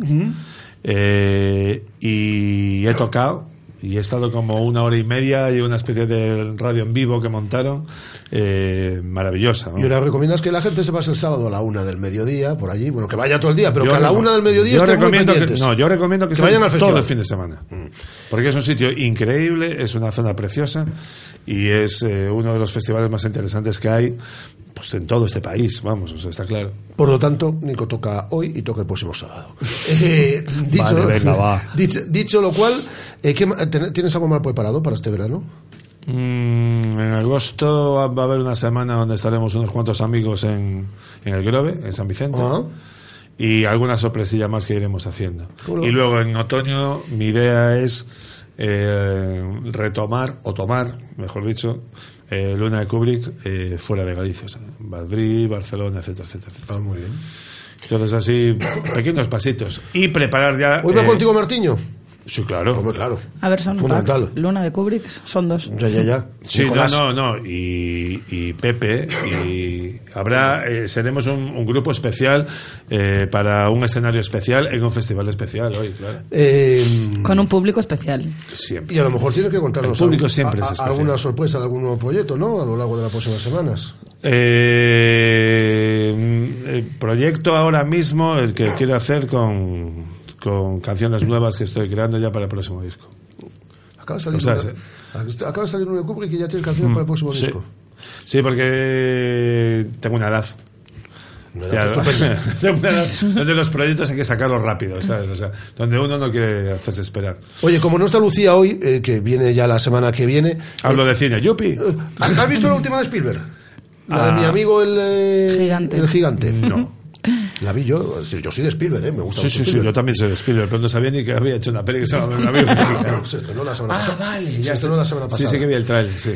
y he tocado. Y he estado como 1 hora y media y una especie de radio en vivo que montaron, maravillosa, ¿no?
¿Y ahora recomiendas que la gente se pase el sábado a la 1 del mediodía, por allí? Bueno, que vaya todo el día, pero que a la 1 del mediodía estén muy pendientes.
Yo recomiendo que
vayan al festival
todo el fin de semana. Porque es un sitio increíble, es una zona preciosa y es uno de los festivales más interesantes que hay, pues, en todo este país, vamos, o sea, está claro.
Por lo tanto, Nico toca hoy y toca el próximo sábado. Dicho lo cual, ¿tienes algo mal preparado para este verano?
En agosto va a haber una semana donde estaremos unos cuantos amigos en el Grove, en San Vicente. Y alguna sorpresilla más que iremos haciendo. Y luego en otoño mi idea es tomar, mejor dicho, Luna de Kubrick fuera de Galicia, o sea, Madrid, Barcelona, etcétera, etcétera.
Muy bien.
Entonces así, pequeños pasitos. Y preparar ya...
¿Hoy va contigo Martiño?
Sí, claro.
Claro.
A ver, son
fundamental.
Luna de Kubrick, son 2.
Ya.
Sí, Nicolás. No. Y Pepe, y habrá, seremos un grupo especial para un escenario especial en un festival especial hoy, claro.
Con un público especial.
Siempre. Y a lo mejor tienes que contarnos
el público siempre es especial.
Alguna sorpresa de algún nuevo proyecto, ¿no? A lo largo de las próximas semanas.
El proyecto ahora mismo, el que quiero hacer con canciones nuevas que estoy creando ya para el próximo disco.
Acaba de salir un de Kubrick y ya tienes canciones para el próximo disco.
Sí, porque tengo una edad. Donde los proyectos hay que sacarlos rápido, ¿sabes? O sea, donde uno no quiere hacerse esperar.
Oye, como no está Lucía hoy, que viene ya la semana que viene...
Hablo de cine, yupi.
¿Has visto la última de Spielberg? La de mi amigo el gigante.
No.
La vi yo soy de Spielberg, me gusta mucho.
Sí, yo también soy de Spielberg, pero no sabía ni que había hecho una peli que se llama Mi amigo.
Se estrenó la semana pasada.
Vale,
se estrenó la semana pasada.
Sí que vi el tráiler, sí.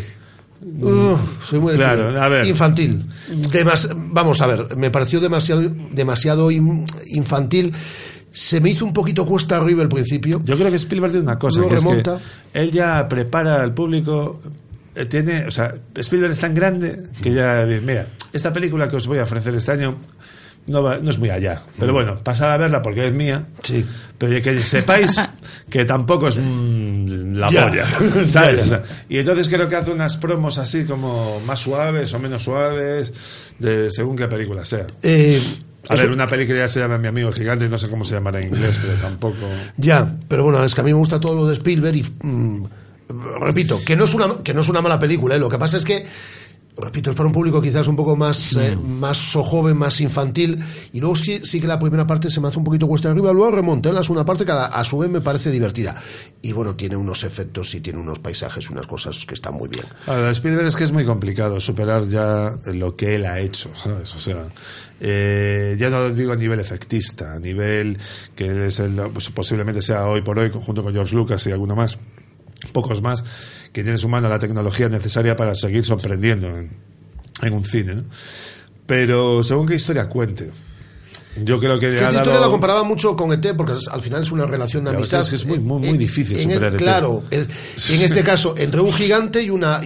Soy muy
a ver.
Infantil. Vamos a ver, me pareció demasiado infantil. Se me hizo un poquito cuesta arriba al principio.
Yo creo que Spielberg tiene una cosa, que remonta. Es que él ya prepara al público. Spielberg es tan grande que ya, mira, esta película que os voy a ofrecer este año no es muy allá, pero bueno, pasar a verla porque es mía,
sí.
Pero que sepáis que tampoco es la polla, ¿sabes? O sea, y entonces creo que hace unas promos así como más suaves o menos suaves, según qué película sea. A ver, una película ya se llama Mi amigo gigante, no sé cómo se llamará en inglés, pero tampoco...
Ya, pero bueno, es que a mí me gusta todo lo de Spielberg y... repito, que no es una mala película, lo que pasa es que, repito, es para un público quizás un poco más joven, más infantil, y luego sí que la primera parte se me hace un poquito cuesta arriba, luego remonta en la segunda parte que a su vez me parece divertida, y bueno, tiene unos efectos y tiene unos paisajes, unas cosas que están muy bien.
Ahora, Spielberg es que es muy complicado superar ya lo que él ha hecho, ¿sabes? O sea, ya no digo a nivel efectista, a nivel que él es posiblemente sea hoy por hoy, junto con George Lucas y alguno más, pocos más, que tiene en su mano la tecnología necesaria para seguir sorprendiendo en un cine, ¿no? Pero según qué historia cuente, yo creo que
esta historia la comparaba mucho con ET porque al final es una relación de amistad.
Es que es muy difícil superar ET.
Claro, en este caso entre un gigante y una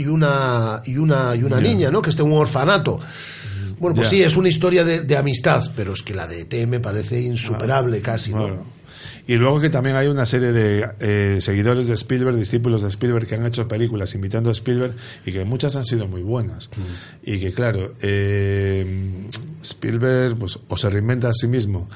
niña, ¿no? Que está en un orfanato. Bueno, pues sí, es una historia de amistad, pero es que la de ET me parece insuperable casi, ¿no?
Bueno. Y luego que también hay una serie de seguidores de Spielberg, discípulos de Spielberg, que han hecho películas imitando a Spielberg y que muchas han sido muy buenas. Y que claro, Spielberg pues o se reinventa a sí mismo,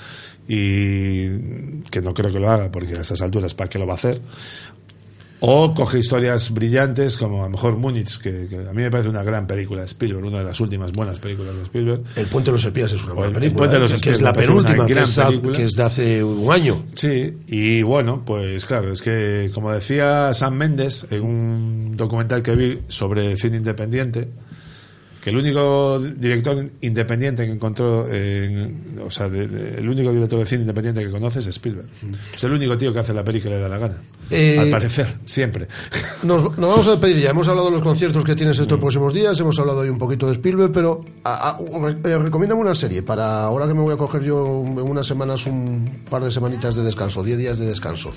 y que no creo que lo haga porque a estas alturas ¿para qué lo va a hacer? O coge historias brillantes como a lo mejor Múnich, que a mí me parece una gran película de Spielberg, una de las últimas buenas películas de Spielberg.
El Puente de los Espías es una buena película,
El Puente de los Espías,
que es la penúltima, que es de hace un año.
Sí, y bueno, pues claro, es que como decía Sam Mendes en un documental que vi sobre cine independiente, que el único director independiente que encontró, o sea, el único director de cine independiente que conoce es Spielberg. Es el único tío que hace la peli que le da la gana. Al parecer, siempre.
Nos vamos a despedir ya. Hemos hablado de los conciertos que tienes estos próximos días, hemos hablado hoy un poquito de Spielberg, pero recomiéndame una serie para ahora que me voy a coger yo en unas semanas un par de semanitas de descanso, 10 días de descanso.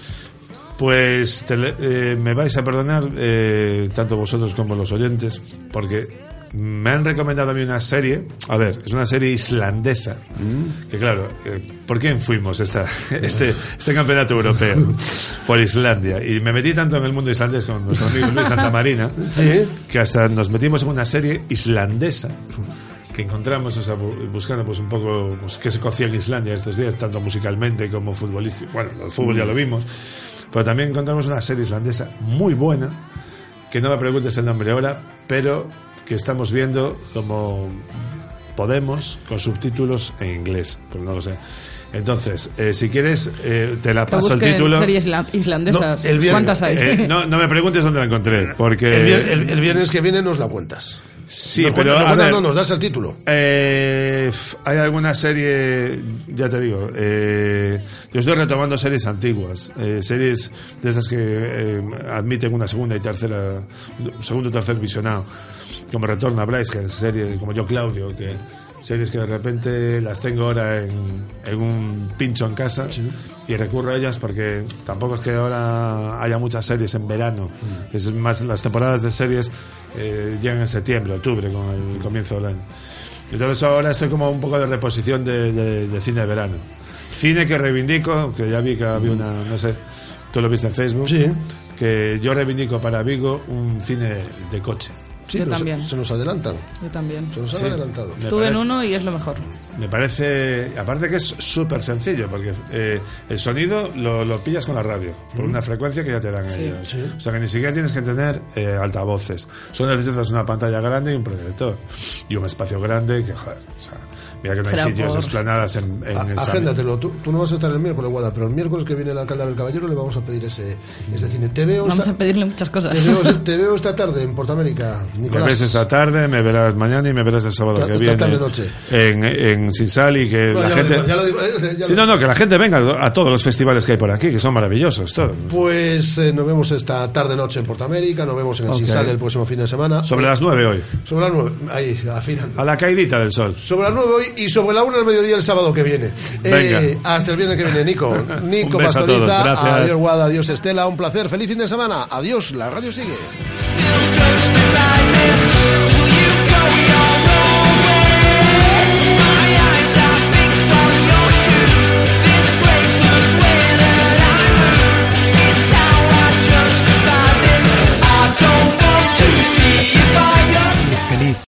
Pues me vais a perdonar, tanto vosotros como los oyentes, porque me han recomendado a mí una serie. A ver, es una serie islandesa. Que claro, ¿por quién fuimos este campeonato europeo? Por Islandia. Y me metí tanto en el mundo islandés con nuestro amigo Luis Santamarina, ¿sí? Que hasta nos metimos en una serie islandesa que encontramos, o sea, buscando pues un poco pues, qué se cocía en Islandia estos días, tanto musicalmente como futbolístico. Bueno, el fútbol ya lo vimos, pero también encontramos una serie islandesa muy buena, que no me preguntes el nombre ahora, pero que estamos viendo como podemos, con subtítulos en inglés, pero no lo sé. Entonces, si quieres, te la paso el título.
Series islandesas. No, ¿cuántas hay?
No me preguntes dónde la encontré, porque
el viernes que viene nos la cuentas.
Sí, pero a ver,
no nos das el título.
Hay alguna serie, ya te digo, yo estoy retomando series antiguas, series de esas que admiten una segunda y tercera, segundo y tercer visionado, como Retorno a Bryce, que es serie como Yo Claudio, que series que de repente las tengo ahora en un pincho en casa, sí, y recurro a ellas porque tampoco es que ahora haya muchas series en verano, es más, las temporadas de series llegan en septiembre, octubre, con el comienzo del año. Entonces ahora estoy como un poco de reposición de cine de verano, cine que reivindico, que ya vi que había una, no sé, tú lo viste en Facebook, sí, que yo reivindico para Vigo un cine de coche.
Sí,
yo también.
Se nos adelantan.
Yo también.
Se nos han adelantado.
Estuve en uno y es lo mejor.
Me parece, aparte que es súper sencillo, porque el sonido lo pillas con la radio, por una frecuencia que ya te dan ellos. Sí. O sea que ni siquiera tienes que tener altavoces. Solo necesitas una pantalla grande y un proyector. Y un espacio grande que, joder, o sea, mira que no hay sitios, esplanadas en el
agéndatelo. Tú no vas a estar el miércoles, Guada, pero el miércoles que viene el alcalde del Caballero le vamos a pedir ese cine.
Vamos a pedirle muchas cosas.
Te veo esta tarde en Portamérica, Nicolás.
Me ves esta tarde, me verás mañana y me verás el sábado que viene
tarde-noche
en Sinsal, y que la gente... Sí, que la gente venga a todos los festivales que hay por aquí, que son maravillosos todos.
Pues nos vemos esta tarde-noche en Portamérica, nos vemos en el Sinsal el próximo fin de semana.
Sobre las 9 hoy.
Sobre las 9, ahí, afinando.
A la caidita del sol.
Sobre las 9 hoy y sobre la 1 del mediodía el sábado que viene. Hasta el viernes que viene, Nico Pastoriza. Adiós, Guada, adiós, Estela, un placer, feliz fin de semana, adiós, la radio sigue.